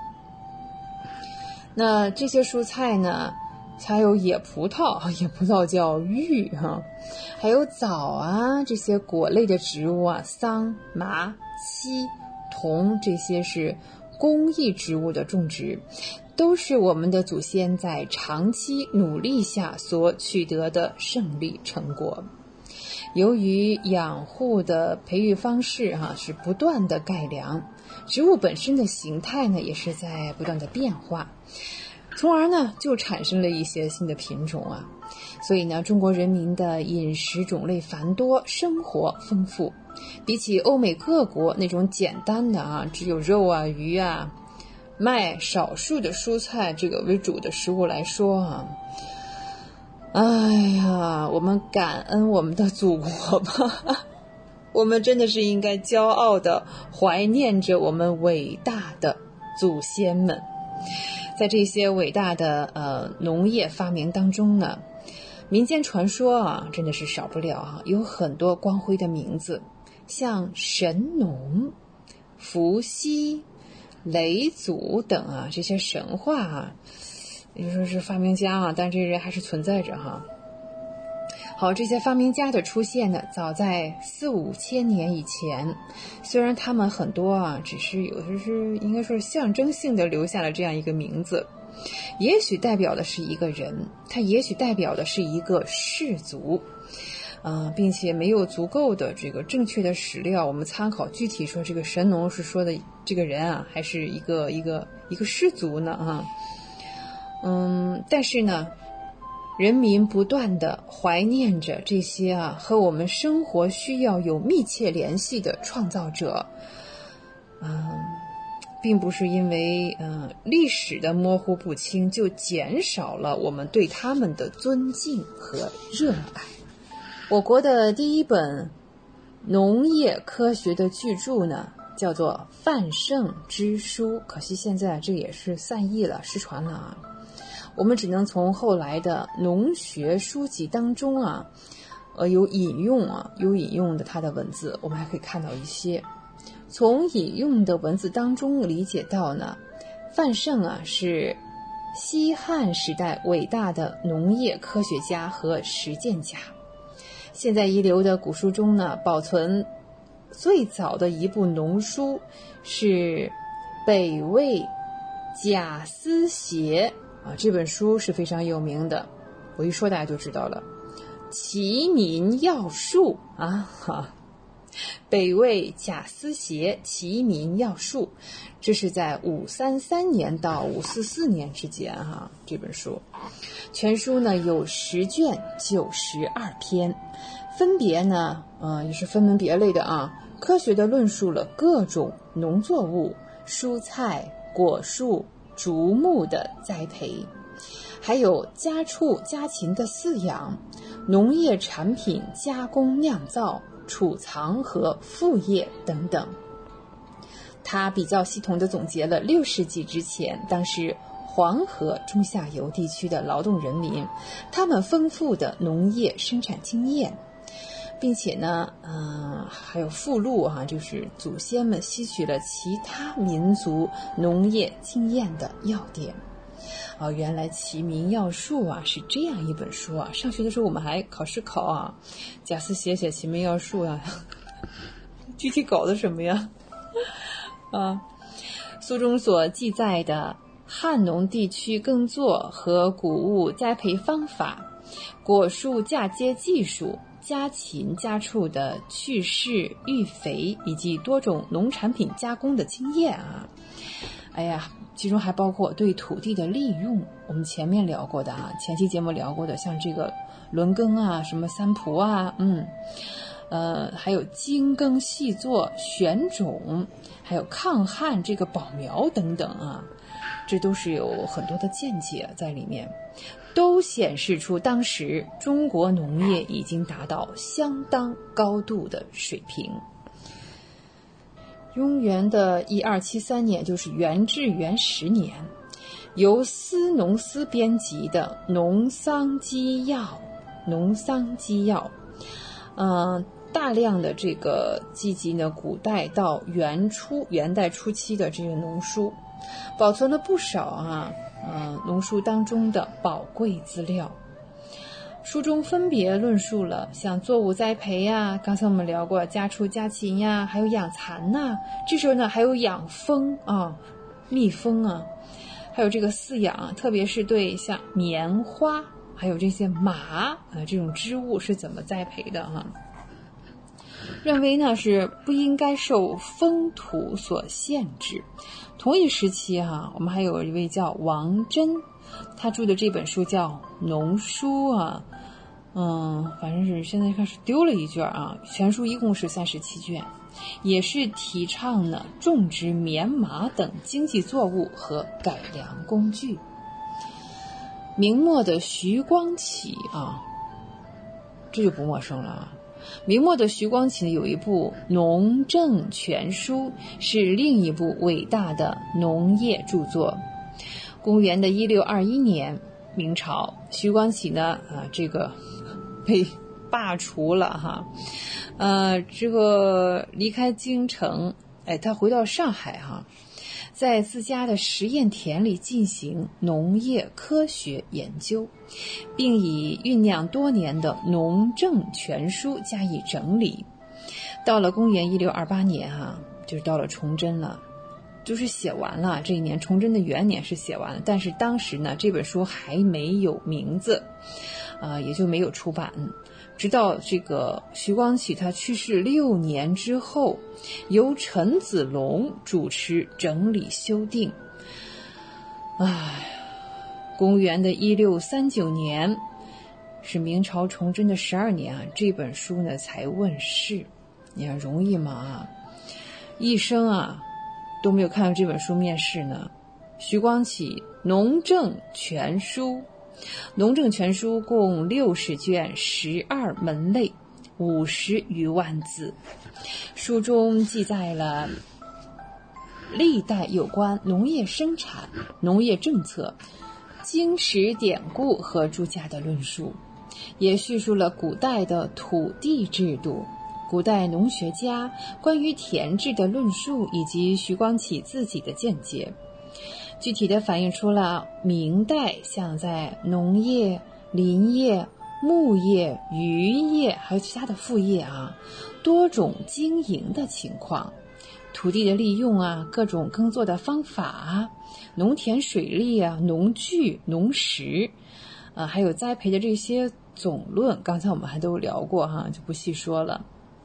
S9: 那这些蔬菜呢，还有野葡萄，野葡萄叫玉哈，还有枣啊，这些果类的植物啊，桑、麻、漆、桐，这些是公益植物的种植，都是我们的祖先在长期努力下所取得的胜利成果。由于养护的培育方式哈、啊、是不断的改良，植物本身的形态呢也是在不断的变化，从而呢就产生了一些新的品种啊。所以呢，中国人民的饮食种类繁多，生活丰富，比起欧美各国那种简单的啊只有肉啊鱼啊麦少数的蔬菜这个为主的食物来说啊，哎呀，我们感恩我们的祖国吧，我们真的是应该骄傲的怀念着我们伟大的祖先们。在这些伟大的呃农业发明当中呢，民间传说啊真的是少不了啊，有很多光辉的名字，像神农、伏羲、嫘祖等啊，这些神话啊，也就说是发明家啊，但这些人还是存在着哈。好，这些发明家的出现呢，早在四五千年以前，虽然他们很多啊，只是有的是应该说是象征性的留下了这样一个名字，也许代表的是一个人，他也许代表的是一个氏族。呃，并且没有足够的这个正确的史料，我们参考具体说这个神农是说的这个人啊，还是一个一个一个氏族呢啊？嗯，但是呢，人民不断的怀念着这些啊和我们生活需要有密切联系的创造者，嗯，并不是因为嗯、呃、历史的模糊不清就减少了我们对他们的尊敬和热爱。我国的第一本农业科学的巨著呢，叫做《范圣之书》，可惜现在这也是散佚了，失传了啊。我们只能从后来的农学书籍当中啊，呃，有引用啊，有引用的它的文字，我们还可以看到一些。从引用的文字当中理解到呢，范圣啊是西汉时代伟大的农业科学家和实践家。现在遗留的古书中呢，保存最早的一部农书是北魏贾思勰啊，这本书是非常有名的，我一说大家就知道了，《齐民要术》啊哈，北魏贾思勰《齐民要术》，这是在五三三年到五四四年之间哈，这本书全书呢有十卷九十二篇，分别呢呃也是分门别类的啊，科学的论述了各种农作物、蔬菜、果树、竹木的栽培，还有家畜家禽的饲养、农业产品加工酿造、储藏和副业等等。他比较系统地总结了六世纪之前当时黄河中下游地区的劳动人民他们丰富的农业生产经验，并且呢呃，还有附录啊，就是祖先们吸取了其他民族农业经验的要点啊。原来《齐民要术》啊是这样一本书啊，上学的时候我们还考试考啊，贾思勰写《齐民要术》啊，具体搞的什么呀？啊，书中所记载的汉农地区耕作和谷物栽培方法、果树嫁接技术、家禽家畜的去势育肥以及多种农产品加工的经验啊，哎呀，其中还包括对土地的利用，我们前面聊过的啊，前期节目聊过的，像这个轮耕啊，什么三蒲啊，嗯，呃，还有精耕细作、选种，还有抗旱这个保苗等等啊，这都是有很多的见解在里面，都显示出当时中国农业已经达到相当高度的水平。 雍元的一二七三年，就是元至元十年，由司农司编辑的《农桑基要》，农桑基要，嗯、呃，大量的这个记集呢，古代到元初、元代初期的这个农书，保存了不少啊，呃，农书当中的宝贵资料。书中分别论述了像作物栽培呀，刚才我们聊过家畜家禽呀，还有养蚕呐，这时候呢还有养蜂啊，蜜蜂啊，还有这个饲养，特别是对像棉花还有这些麻啊这种织物是怎么栽培的哈、啊。认为呢是不应该受风土所限制。同一时期哈、啊，我们还有一位叫王真，他著的这本书叫《农书》啊，嗯，反正是现在开始丢了一卷啊，全书一共是三十七卷，也是提倡呢种植棉麻等经济作物和改良工具。明末的徐光启啊，这就不陌生了啊。明末的徐光启有一部《农政全书》，是另一部伟大的农业著作。公元的一六二一年，明朝徐光启呢，啊，这个被罢除了哈，呃，这个离开京城，哎，他回到上海哈，在自家的实验田里进行农业科学研究，并以酝酿多年的《农政全书》加以整理。到了公元一六二八年哈，就是到了崇祯了。就是写完了，这一年崇祯的元年是写完了，但是当时呢这本书还没有名字，呃，也就没有出版。直到这个徐光启他去世六年之后，由陈子龙主持整理修订。唉，公元的一六三九年，是明朝崇祯的十二年啊，这本书呢才问世。你看容易吗？啊，一生啊都没有看到这本书面世呢。徐光启《农政全书》，《农政全书》共六十卷，十二门类，五十余万字。书中记载了历代有关农业生产、农业政策、经史典故和诸家的论述，也叙述了古代的土地制度、古代农学家关于田制的论述，以及徐光启自己的见解，具体的反映出了明代像在农业、林业、牧业、渔业还有其他的副业啊多种经营的情况，土地的利用啊，各种耕作的方法啊，农田水利啊，农具、农食啊，还有栽培的这些总论，刚才我们还都聊过哈，就不细说了。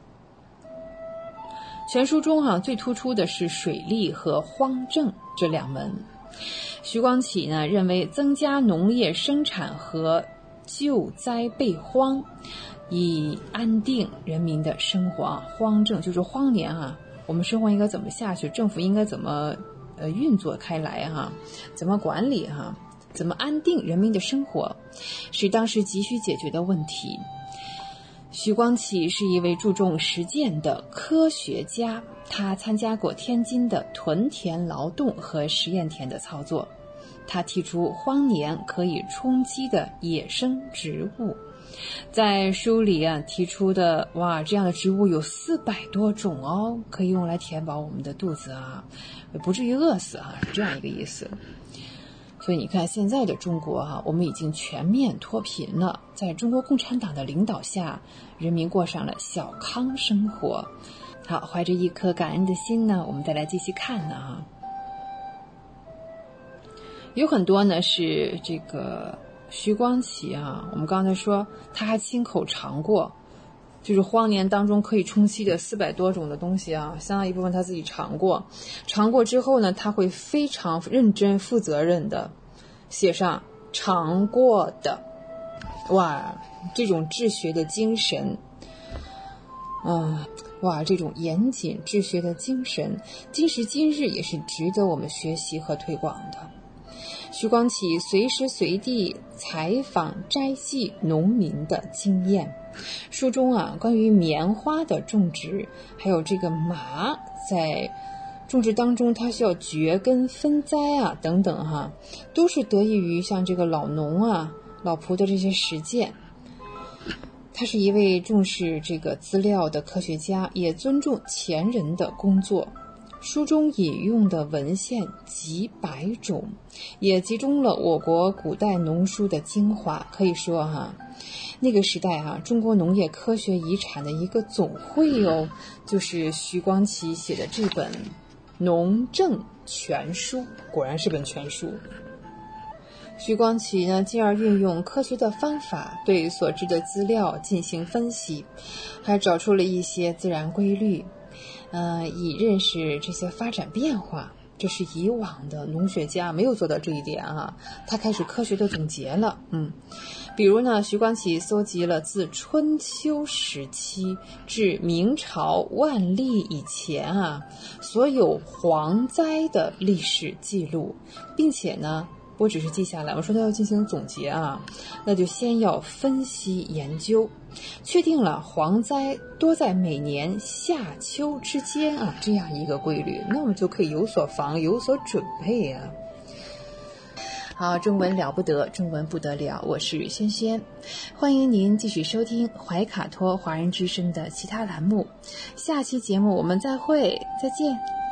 S9: 全书中哈、啊、最突出的是水利和荒政这两门。徐光启呢认为增加农业生产和救灾备荒，以安定人民的生活啊。荒政就是荒年啊，我们生活应该怎么下去，政府应该怎么呃运作开来哈、啊，怎么管理哈、啊，怎么安定人民的生活，是当时急需解决的问题。徐光启是一位注重实践的科学家，他参加过天津的屯田劳动和实验田的操作。他提出荒年可以充饥的野生植物，在书里啊提出的哇，这样的植物有四百多种哦，可以用来填饱我们的肚子啊，不至于饿死啊，是这样一个意思。所以你看现在的中国啊，我们已经全面脱贫了，在中国共产党的领导下，人民过上了小康生活。好，怀着一颗感恩的心呢，我们再来继续看呢哈。有很多呢是这个徐光启啊，我们刚才说他还亲口尝过，就是荒年当中可以充饥的四百多种的东西啊，相当一部分他自己尝过。尝过之后呢，他会非常认真负责任的写上尝过的。哇，这种治学的精神啊，哇，这种严谨治学的精神，今时今日也是值得我们学习和推广的。 徐光启随时随地采访摘记农民的经验。书中啊，关于棉花的种植，还有这个麻在种植当中它需要掘根分栽啊等等哈，都是得益于像这个老农啊老仆的这些实践。他是一位重视这个资料的科学家，也尊重前人的工作。书中引用的文献几百种，也集中了我国古代农书的精华。可以说哈，那个时代哈，中国农业科学遗产的一个总会哦，就是徐光启写的这本《农政全书》，果然是本全书。徐光启呢，进而运用科学的方法对所知的资料进行分析，还找出了一些自然规律，呃，以认识这些发展变化。这是以往的农学家没有做到这一点啊，他开始科学的总结了。嗯，比如呢，徐光启搜集了自春秋时期至明朝万历以前啊所有蝗灾的历史记录，并且呢我只是记下来，我说他要进行总结啊，那就先要分析研究，确定了蝗灾多在每年夏秋之间啊这样一个规律，那我们就可以有所防，有所准备啊。好，中文了不得，中文不得了，我是轩轩，欢迎您继续收听怀卡托华人之声的其他栏目，下期节目我们再会，再见。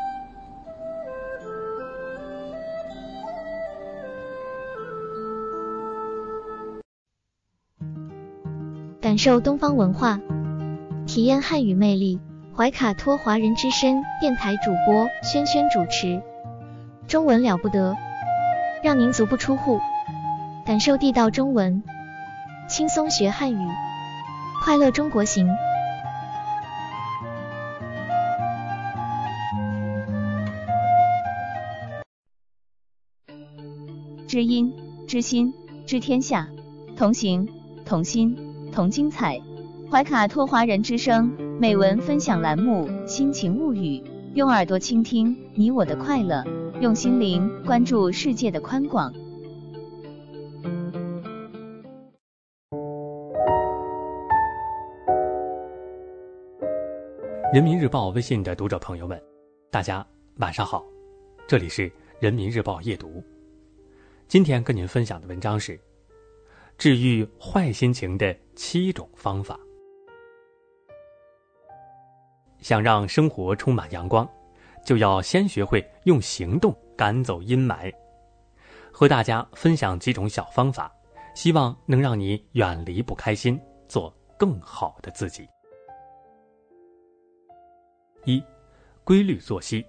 S3: 感受东方文化，体验汉语魅力。怀卡托华人之声电台主播轩轩主持，中文了不得，让您足不出户，感受地道中文，轻松学汉语，快乐中国行。
S5: 知音、知心、知天下，同行、同心、同精彩。怀卡托华人之声美文分享栏目《心情物语》，用耳朵倾听你我的快乐，用心灵关注世界的宽广。
S11: 人民日报微信的读者朋友们，大家晚上好，这里是人民日报夜读。今天跟您分享的文章是治愈坏心情的七种方法。想让生活充满阳光，就要先学会用行动赶走阴霾。和大家分享几种小方法，希望能让你远离不开心，做更好的自己。一、规律作息。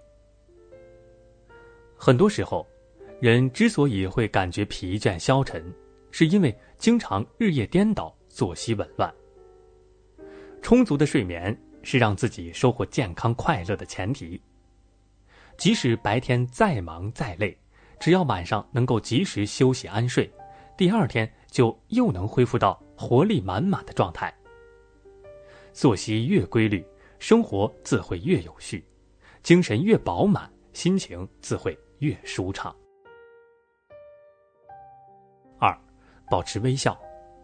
S11: 很多时候，人之所以会感觉疲倦消沉，是因为经常日夜颠倒，作息紊乱。充足的睡眠是让自己收获健康快乐的前提。即使白天再忙再累，只要晚上能够及时休息安睡，第二天就又能恢复到活力满满的状态。作息越规律，生活自会越有序，精神越饱满，心情自会越舒畅。二、保持微笑。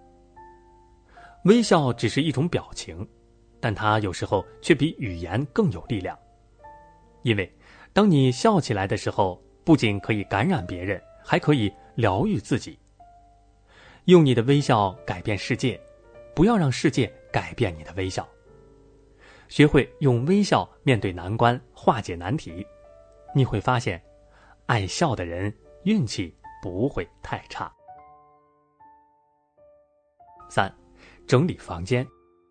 S11: 微笑只是一种表情，但它有时候却比语言更有力量。因为当你笑起来的时候，不仅可以感染别人，还可以疗愈自己。用你的微笑改变世界，不要让世界改变你的微笑。学会用微笑面对难关，化解难题，你会发现，爱笑的人运气不会太差。三、整理房间。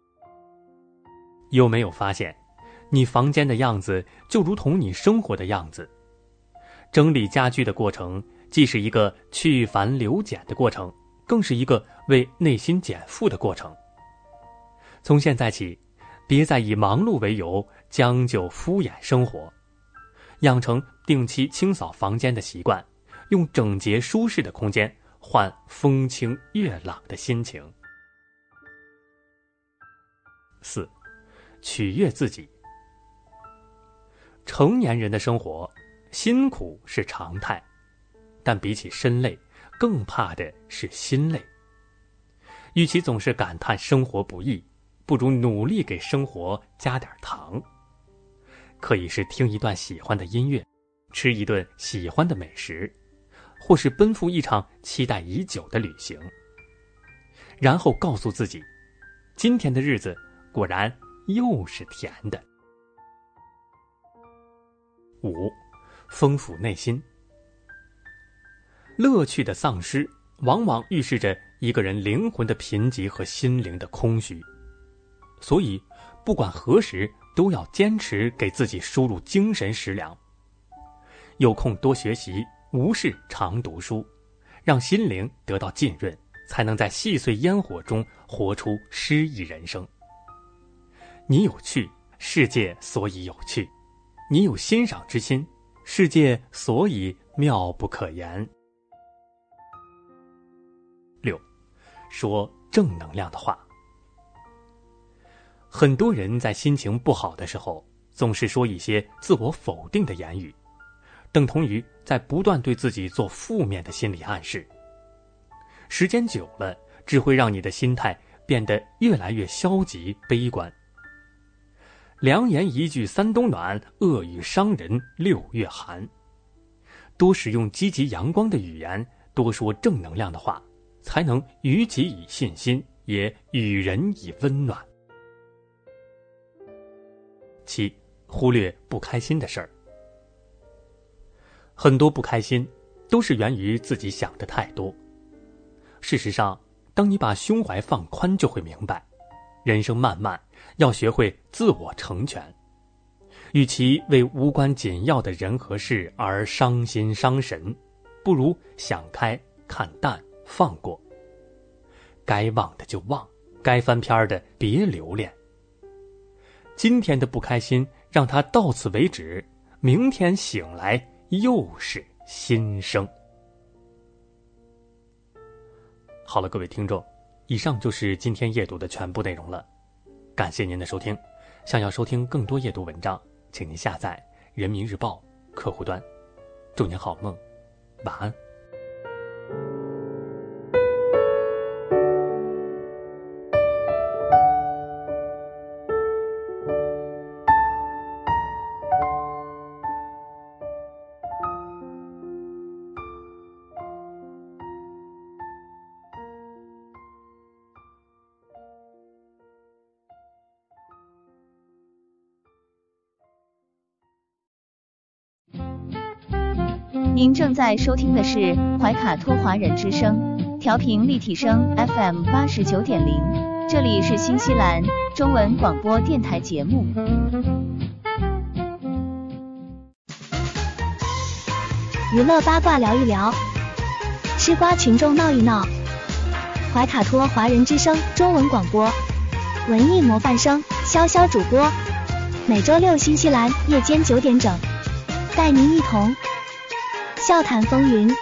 S11: 有没有发现，你房间的样子就如同你生活的样子？整理家居的过程，既是一个去繁留简的过程，更是一个为内心减负的过程。从现在起，别再以忙碌为由将就敷衍生活，养成定期清扫房间的习惯，用整洁舒适的空间换风清月朗的心情。四、取悦自己。成年人的生活，辛苦是常态， 但比起身累，更怕的是心累。与其总是感叹生活不易，不如努力给生活加点糖。可以是听一段喜欢的音乐，吃一顿喜欢的美食，或是奔赴一场期待已久的旅行。然后告诉自己，今天的日子果然又是甜的。五，丰富内心。乐趣的丧失往往预示着一个人灵魂的贫瘠和心灵的空虚，所以不管何时都要坚持给自己输入精神食粮。有空多学习，无事常读书，让心灵得到浸润，才能在细碎烟火中活出诗意人生。你有趣，世界所以有趣；你有欣赏之心，世界所以妙不可言。六，说正能量的话。很多人在心情不好的时候，总是说一些自我否定的言语，等同于在不断对自己做负面的心理暗示。时间久了，只会让你的心态变得越来越消极悲观。良言一句三冬暖，恶语伤人六月寒。多使用积极阳光的语言，多说正能量的话，才能于己以信心，也与人以温暖。七，忽略不开心的事儿。很多不开心都是源于自己想的太多。事实上，当你把胸怀放宽，就会明白，人生漫漫，要学会自我成全。与其为无关紧要的人和事而伤心伤神，不如想开看淡放过。该忘的就忘，该翻篇的别留恋。今天的不开心让它到此为止，明天醒来又是新生。好了，各位听众，以上就是今天夜读的全部内容了。感谢您的收听。想要收听更多夜读文章，请您下载人民日报客户端。祝您好梦，晚安。
S5: 您正在收听的是怀卡托华人之声，调频立体声 F M 八十九点零，这里是新西兰中文广播电台节目。
S3: 娱乐八卦聊一聊，吃瓜群众闹一闹。怀卡托华人之声中文广播，文艺模范生潇潇主播，每周六新西兰夜间九点整，带您一同笑谈风云。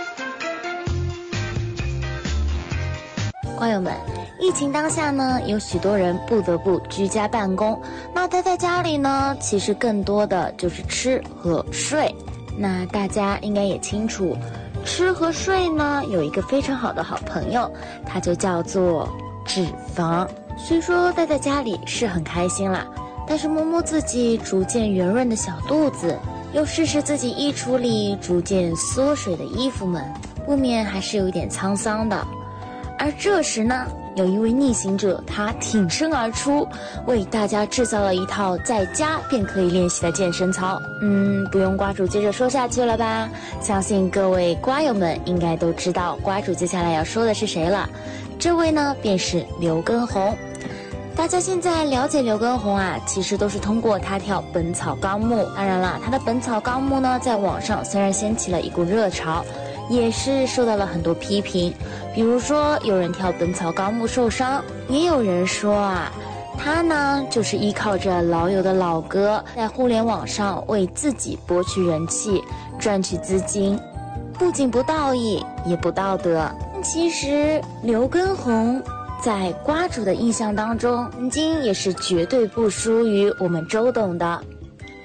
S12: 瓜友们，疫情当下呢，有许多人不得不居家办公，那待在家里呢，其实更多的就是吃和睡。那大家应该也清楚，吃和睡呢有一个非常好的好朋友，它就叫做脂肪。虽说待在家里是很开心啦，但是摸摸自己逐渐圆润的小肚子，又试试自己衣橱里逐渐缩水的衣服们，不免还是有一点沧桑的。而这时呢，有一位逆行者，他挺身而出，为大家制造了一套在家便可以练习的健身操。嗯，不用瓜主接着说下去了吧？相信各位瓜友们应该都知道瓜主接下来要说的是谁了。这位呢，便是刘畊宏。大家现在了解刘畊宏啊，其实都是通过他跳《本草纲目》。当然啦，他的《本草纲目》呢，在网上虽然掀起了一股热潮，也是受到了很多批评。比如说，有人跳《本草纲目》受伤，也有人说啊，他呢就是依靠着老友的老歌，在互联网上为自己博取人气，赚取资金，不仅不道义，也不道德。其实刘畊宏在瓜主的印象当中，曾经也是绝对不输于我们周董的。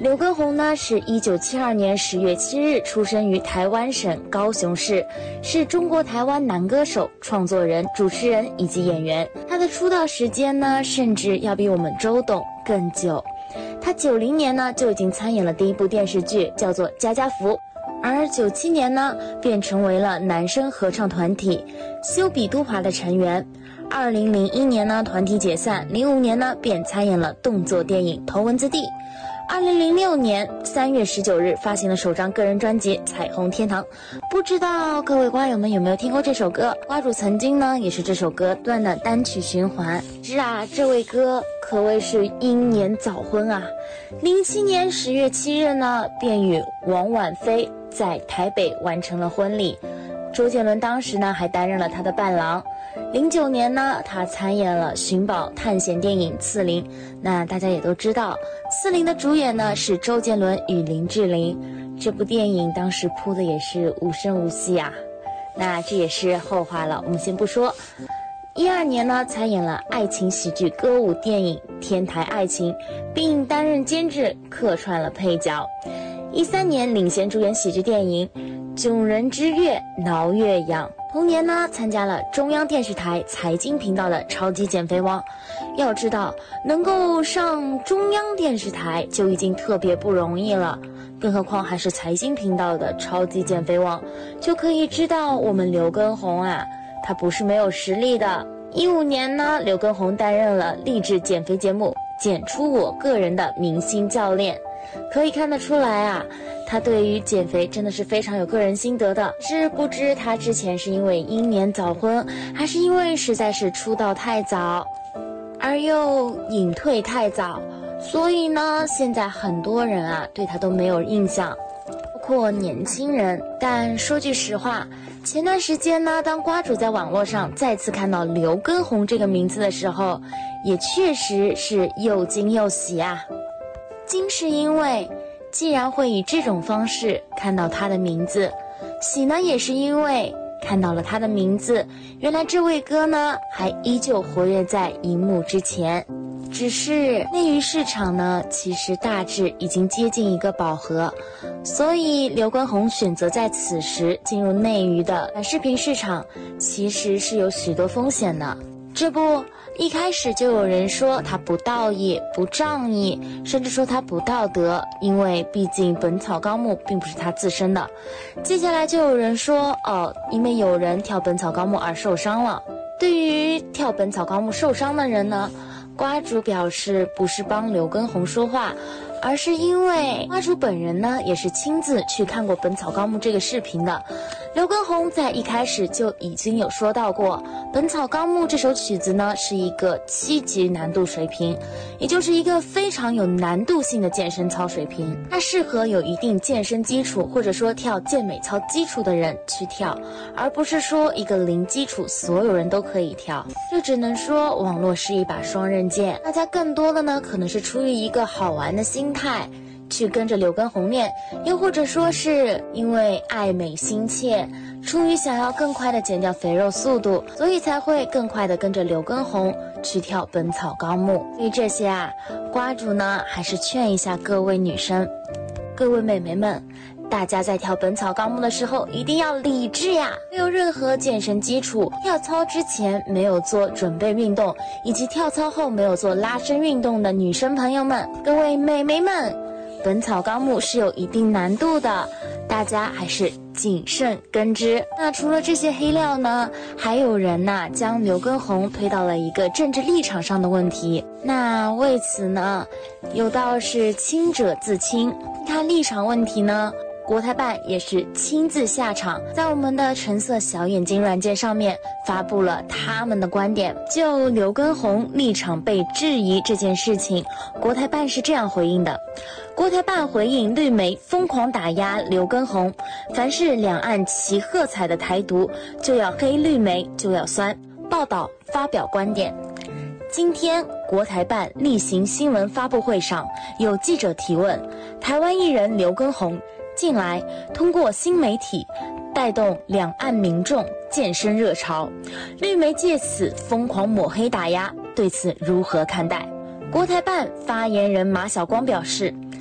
S12: 刘畊宏呢，是一九七二年十月七日出生于台湾省高雄市，是中国台湾男歌手、创作人、主持人以及演员。他的出道时间呢，甚至要比我们周董更久。他九零年呢就已经参演了第一部电视剧，叫做《家家福》，而九七年呢便成为了男声合唱团体修比都华的成员。二零零一年呢团体解散，零五年呢便参演了动作电影《头文字 D》。二零零六年三月十九日发行了首张个人专辑《彩虹天堂》，不知道各位瓜友们有没有听过这首歌？瓜主曾经呢也是这首歌段的单曲循环。是啊，这位哥可谓是英年早婚啊！零七年十月七日呢便与王婉菲在台北完成了婚礼，周杰伦当时呢还担任了他的伴郎。零九年呢他参演了寻宝探险电影《刺陵》，那大家也都知道刺陵的主演呢是周杰伦与林志玲，这部电影当时铺的也是无声无息啊，那这也是后话了，我们先不说。一二年呢参演了爱情喜剧歌舞电影《天台爱情》，并担任监制客串了配角。一三年领衔主演喜剧电影《囧人之月挠月痒》。同年呢参加了中央电视台财经频道的超级减肥王。要知道能够上中央电视台就已经特别不容易了，更何况还是财经频道的超级减肥王，就可以知道我们刘畊宏啊他不是没有实力的。一五年呢刘畊宏担任了励志减肥节目《减出我个人的明星教练》，可以看得出来啊他对于减肥真的是非常有个人心得的。是不知他之前是因为英年早婚，还是因为实在是出道太早而又隐退太早，所以呢现在很多人啊对他都没有印象，包括年轻人。但说句实话，前段时间呢当瓜主在网络上再次看到刘畊宏这个名字的时候，也确实是又惊又喜啊。惊是因为既然会以这种方式看到他的名字，喜呢也是因为看到了他的名字，原来这位哥呢还依旧活跃在荧幕之前。只是内娱市场呢其实大致已经接近一个饱和，所以刘畊宏选择在此时进入内娱的短视频市场其实是有许多风险的。这不一开始就有人说他不道义不仗义，甚至说他不道德，因为毕竟本草纲目并不是他自身的。接下来就有人说哦，因为有人跳本草纲目而受伤了。对于跳本草纲目受伤的人呢，瓜主表示不是帮刘畊宏说话，而是因为瓜主本人呢也是亲自去看过本草纲目这个视频的。刘畊宏在一开始就已经有说到过，本草纲目这首曲子呢是一个七级难度水平，也就是一个非常有难度性的健身操水平，它适合有一定健身基础或者说跳健美操基础的人去跳，而不是说一个零基础所有人都可以跳。这只能说网络是一把双刃剑，大家更多的呢可能是出于一个好玩的心态去跟着刘畊宏练，又或者说是因为爱美心切，出于想要更快的减掉肥肉速度，所以才会更快的跟着刘畊宏去跳本草纲目。所以这些啊，瓜主呢还是劝一下各位女生，各位美眉们，大家在跳本草纲目的时候一定要理智呀！没有任何健身基础，跳操之前没有做准备运动，以及跳操后没有做拉伸运动的女生朋友们，各位美眉们，本草纲目是有一定难度的，大家还是谨慎跟之。那除了这些黑料呢，还有人呐、啊、将刘畊宏推到了一个政治立场上的问题。那为此呢，有道是清者自清，看立场问题呢，国台办也是亲自下场，在我们的橙色小眼睛软件上面发布了他们的观点。就刘畊宏立场被质疑这件事情，国台办是这样回应的。国台办回应绿媒疯狂打压刘畊宏，凡是两岸齐喝彩的台独，就要黑绿媒，就要酸。报道发表观点。今天国台办例行新闻发布会上，有记者提问，台湾艺人刘畊宏近来通过新媒体带动两岸民众健身热潮，绿媒借此疯狂抹黑打压，对此如何看待？国台办发言人马晓光表示，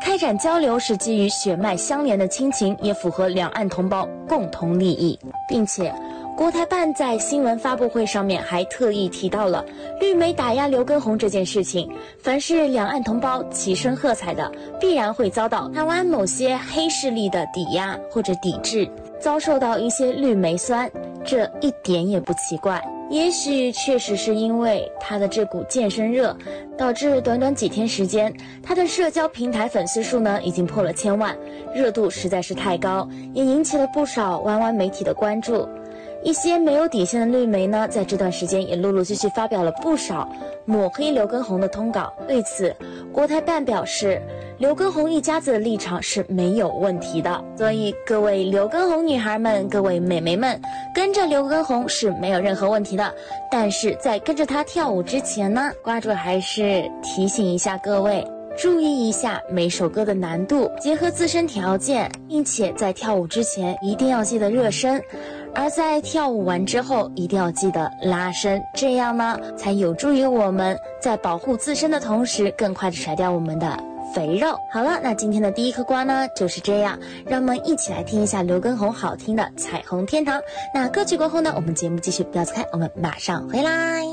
S12: 开展交流是基于血脉相连的亲情，也符合两岸同胞共同利益，并且国台办在新闻发布会上面还特意提到了绿媒打压刘畊宏这件事情，凡是两岸同胞齐声喝彩的，必然会遭到台湾某些黑势力的抵押或者抵制，遭受到一些绿媒酸，这一点也不奇怪。也许确实是因为他的这股健身热，导致短短几天时间，他的社交平台粉丝数呢已经破了千万，热度实在是太高，也引起了不少湾湾媒体的关注。一些没有底线的绿媒呢，在这段时间也陆陆续续发表了不少抹黑刘畊宏的通稿。对此，国台办表示，刘畊宏一家子的立场是没有问题的，所以各位刘畊宏女孩们，各位美眉们，跟着刘畊宏是没有任何问题的。但是在跟着他跳舞之前呢，瓜主还是提醒一下各位，注意一下每首歌的难度，结合自身条件，并且在跳舞之前一定要记得热身，而在跳舞完之后一定要记得拉伸，这样呢才有助于我们在保护自身的同时更快的甩掉我们的肥肉。好了，那今天的第一颗瓜呢就是这样，让我们一起来听一下刘畊宏好听的《彩虹天堂》。那歌曲过后呢，我们节目继续，不要走开，我们马上回来。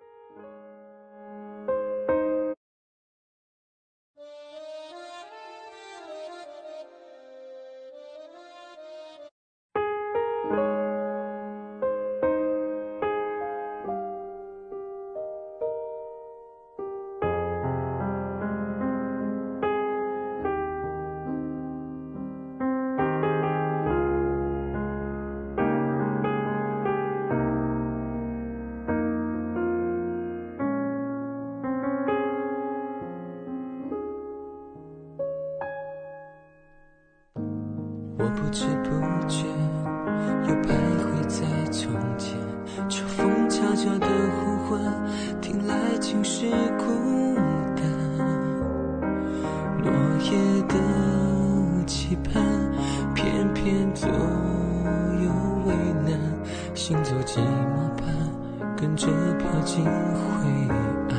S13: 我不知不觉又徘徊在从前，秋风悄悄的呼唤，听来尽是孤单。落叶的期盼，偏偏左右为难，行走寂寞般，跟着飘进灰暗。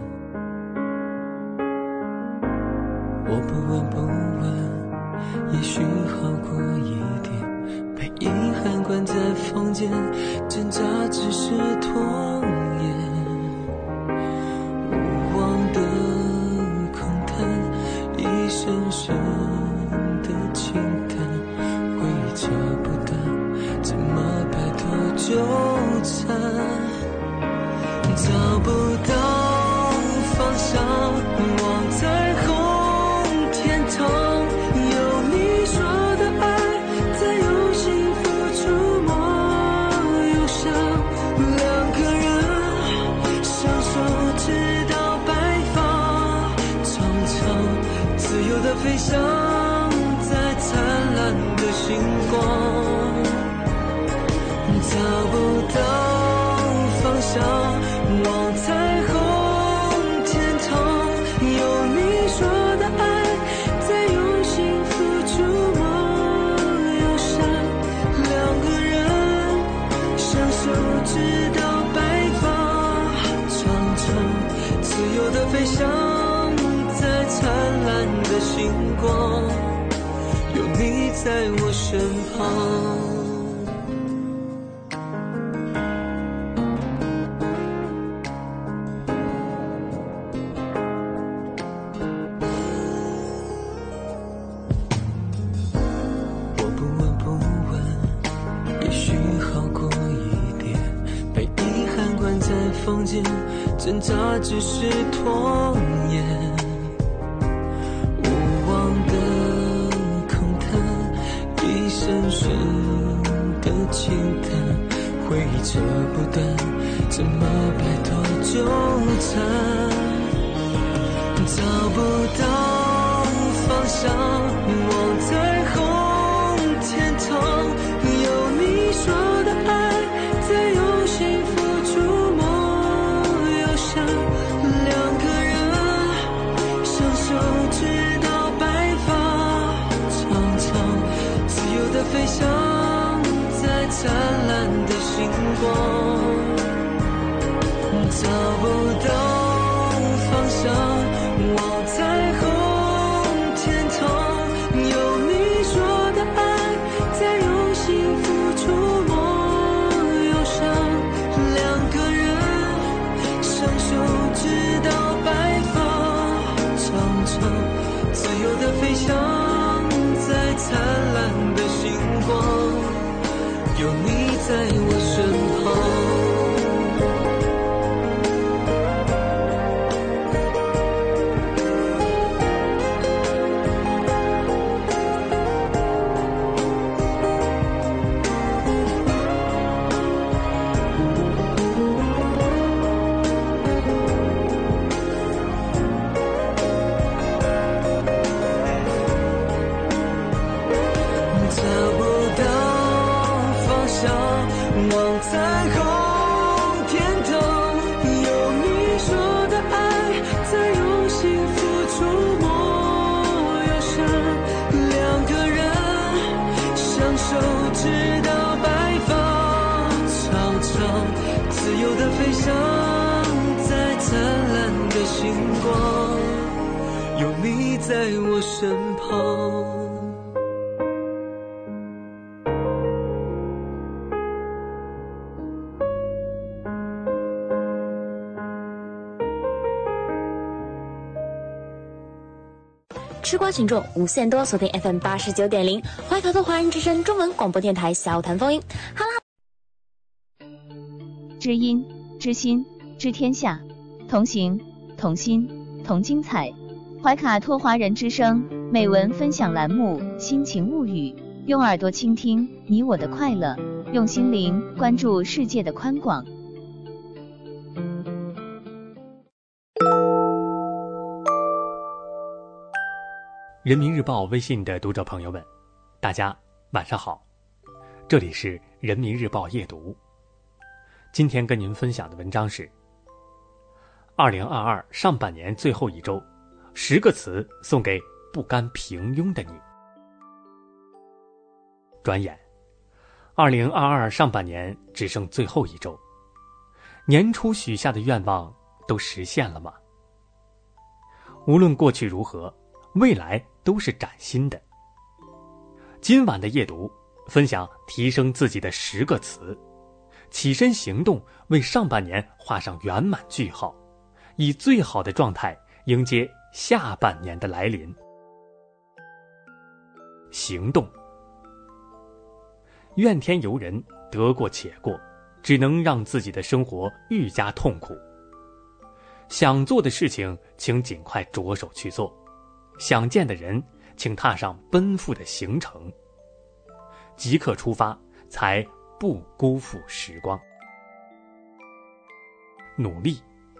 S13: 我不问不问，也许好过一点，被遗憾关在房间，挣扎只是拖延。无望的空谈，一声声的轻叹，回忆扯不断，怎么摆脱纠缠？找不到方向，往彩虹天堂。飞翔在灿烂的星光，找不到方向，往彩虹天堂。有你说的爱，在用心付出吗？忧伤，两个人相守直到白发长长，自由的飞翔在灿烂的星光，有你在我身旁。我不问不问，也许好过一点，被遗憾关在房间，挣扎只是拖延。深深的轻叹，回忆扯不断，怎么摆脱纠缠？找不到方向，往彩虹天堂。有你说的爱，在用心付出吗？忧伤，两个人相守直到白发长长，自由的飞翔在灿烂的星光，找不到方向，往彩虹天触摸忧伤，两个人相守直到白发苍苍，自由的飞翔在灿烂的星光，有你在我身旁。在我身旁。
S12: 吃瓜群众无限多，锁定 F M 八十九点零，怀卡托华人之声中文广播电台小谈风音。哈啦，
S5: 知音、知心、知天下，同行、同心、同精彩。怀卡托华人之声美文分享栏目《心情物语》，用耳朵倾听你我的快乐，用心灵关注世界的宽广。
S11: 人民日报微信的读者朋友们，大家晚上好，这里是人民日报夜读。今天跟您分享的文章是二零二二上半年最后一周，十个词送给不甘平庸的你。转眼二零二二上半年只剩最后一周，年初许下的愿望都实现了吗？无论过去如何，未来都是崭新的。今晚的夜读分享提升自己的十个词，起身行动，为上半年画上圆满句号，以最好的状态迎接下半年的来临。行动。怨天尤人，得过且过，只能让自己的生活愈加痛苦。想做的事情，请尽快着手去做；想见的人，请踏上奔赴的行程。即刻出发，才不辜负时光。努力。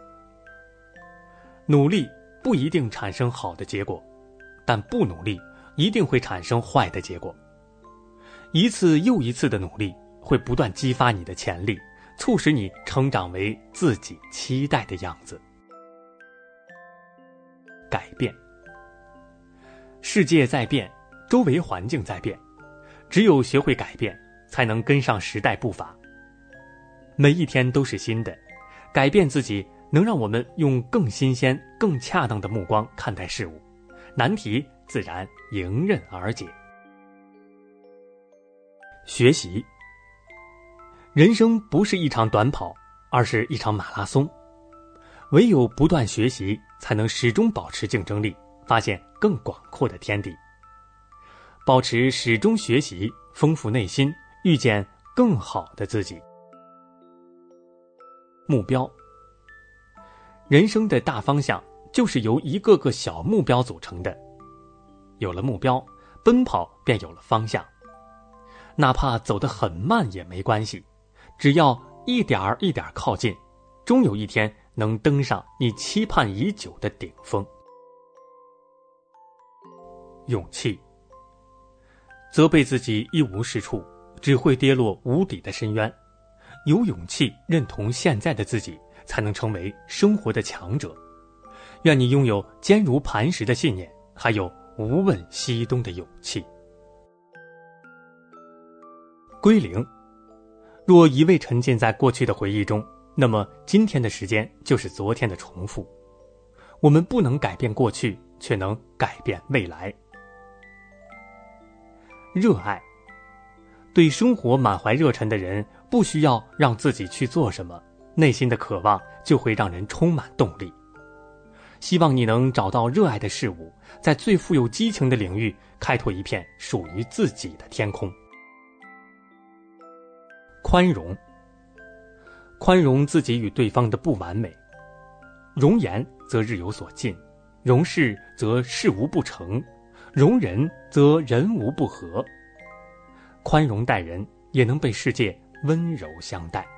S11: 努力不一定产生好的结果，但不努力一定会产生坏的结果。一次又一次的努力会不断激发你的潜力，促使你成长为自己期待的样子。改变。世界在变，周围环境在变，只有学会改变，才能跟上时代步伐。每一天都是新的，改变自己能让我们用更新鲜、更恰当的目光看待事物，难题自然迎刃而解。学习。人生不是一场短跑，而是一场马拉松。唯有不断学习，才能始终保持竞争力，发现更广阔的天地。保持始终学习，丰富内心，遇见更好的自己。目标。人生的大方向就是由一个个小目标组成的，有了目标，奔跑便有了方向。哪怕走得很慢也没关系，只要一点儿一点儿靠近，终有一天能登上你期盼已久的顶峰。勇气。责备自己一无是处，只会跌落无底的深渊。有勇气认同现在的自己，才能成为生活的强者。愿你拥有坚如磐石的信念，还有无问西东的勇气。归零。若一味沉浸在过去的回忆中，那么今天的时间就是昨天的重复。我们不能改变过去，却能改变未来。热爱。 对生活满怀热忱的人，不需要让自己去做什么，内心的渴望就会让人充满动力。希望你能找到热爱的事物，在最富有激情的领域开拓一片属于自己的天空。宽容，宽容自己与对方的不完美。容颜则日有所尽，容事则事无不成，容人则人无不和。宽容待人，也能被世界温柔相待。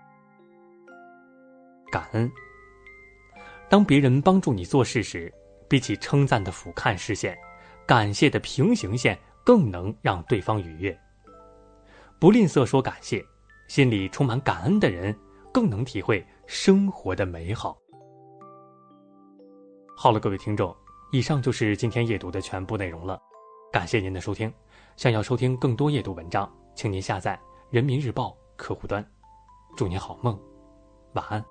S11: 感恩，当别人帮助你做事时，比起称赞的俯瞰视线，感谢的平行线更能让对方愉悦。不吝啬说感谢，心里充满感恩的人更能体会生活的美好。好了，各位听众，以上就是今天夜读的全部内容了，感谢您的收听。想要收听更多夜读文章，请您下载人民日报客户端。祝您好梦，晚安。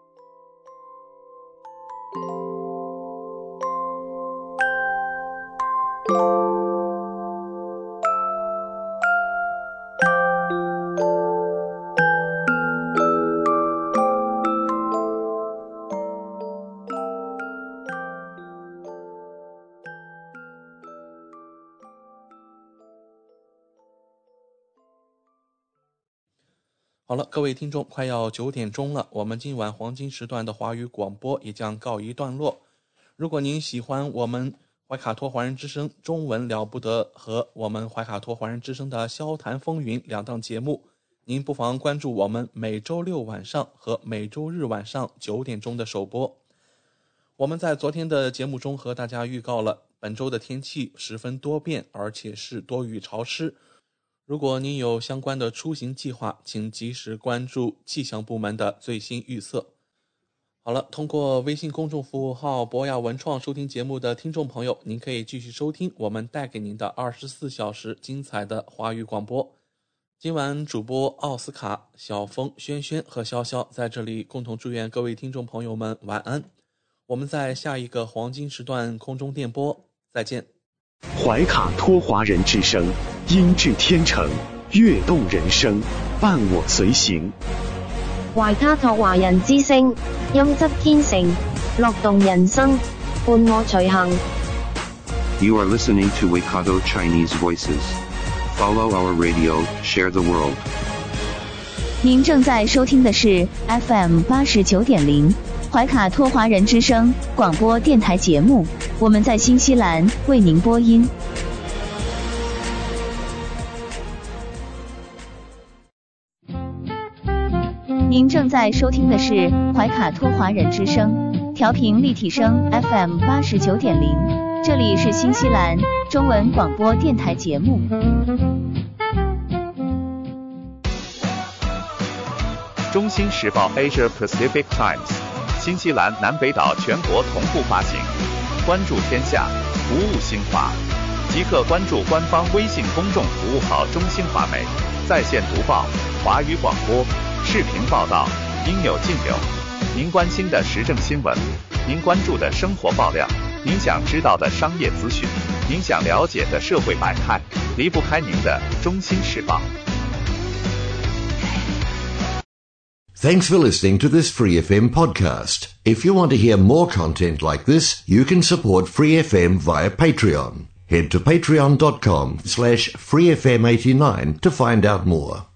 S6: 好了，各位听众，快要九点钟了，我们今晚黄金时段的华语广播也将告一段落。如果您喜欢我们怀卡托华人之声中文了不得和我们怀卡托华人之声的笑谈风云两档节目，您不妨关注我们每周六晚上和每周日晚上九点钟的首播。我们在昨天的节目中和大家预告了本周的天气十分多变，而且是多雨潮湿。如果您有相关的出行计划，请及时关注气象部门的最新预测。好了，通过微信公众服务号博雅文创收听节目的听众朋友，您可以继续收听我们带给您的二十四小时精彩的华语广播。今晚主播奥斯卡、小峰、轩轩和潇潇在这里共同祝愿各位听众朋友们晚安。我们在下一个黄金时段空中电波再见。
S14: 怀卡托华人之声，音质天成，悦动人生，伴我隨行。
S15: 懷卡托華人之聲，音質天成，樂動人生，伴我隨行。
S4: You are listening to Waikato Chinese Voices. Follow our radio, share the world.
S5: 您正在收听的是 F M 八十九点零怀卡托华人之声广播电台节目，我们在新西兰为您播音。您正在收听的是怀卡托华人之声，调频立体声 F M 八十九点零，这里是新西兰中文广播电台节目。
S2: 中新时报 Asia Pacific Times， 新西兰南北岛全国同步发行。关注天下，服务新华，即刻关注官方微信公众服务号中新华媒，在线读报、华语广播、视频报道，应有尽有。您关心的时政新闻，您关注的生活爆料，您想知道的商业资讯，您想了解的社会百态，离不开您的中新时报。
S1: Thanks for listening to this Free F M podcast. If you want to hear more content like this, you can support Free F M via Patreon. Head to patreon.com slash freefm89 to find out more.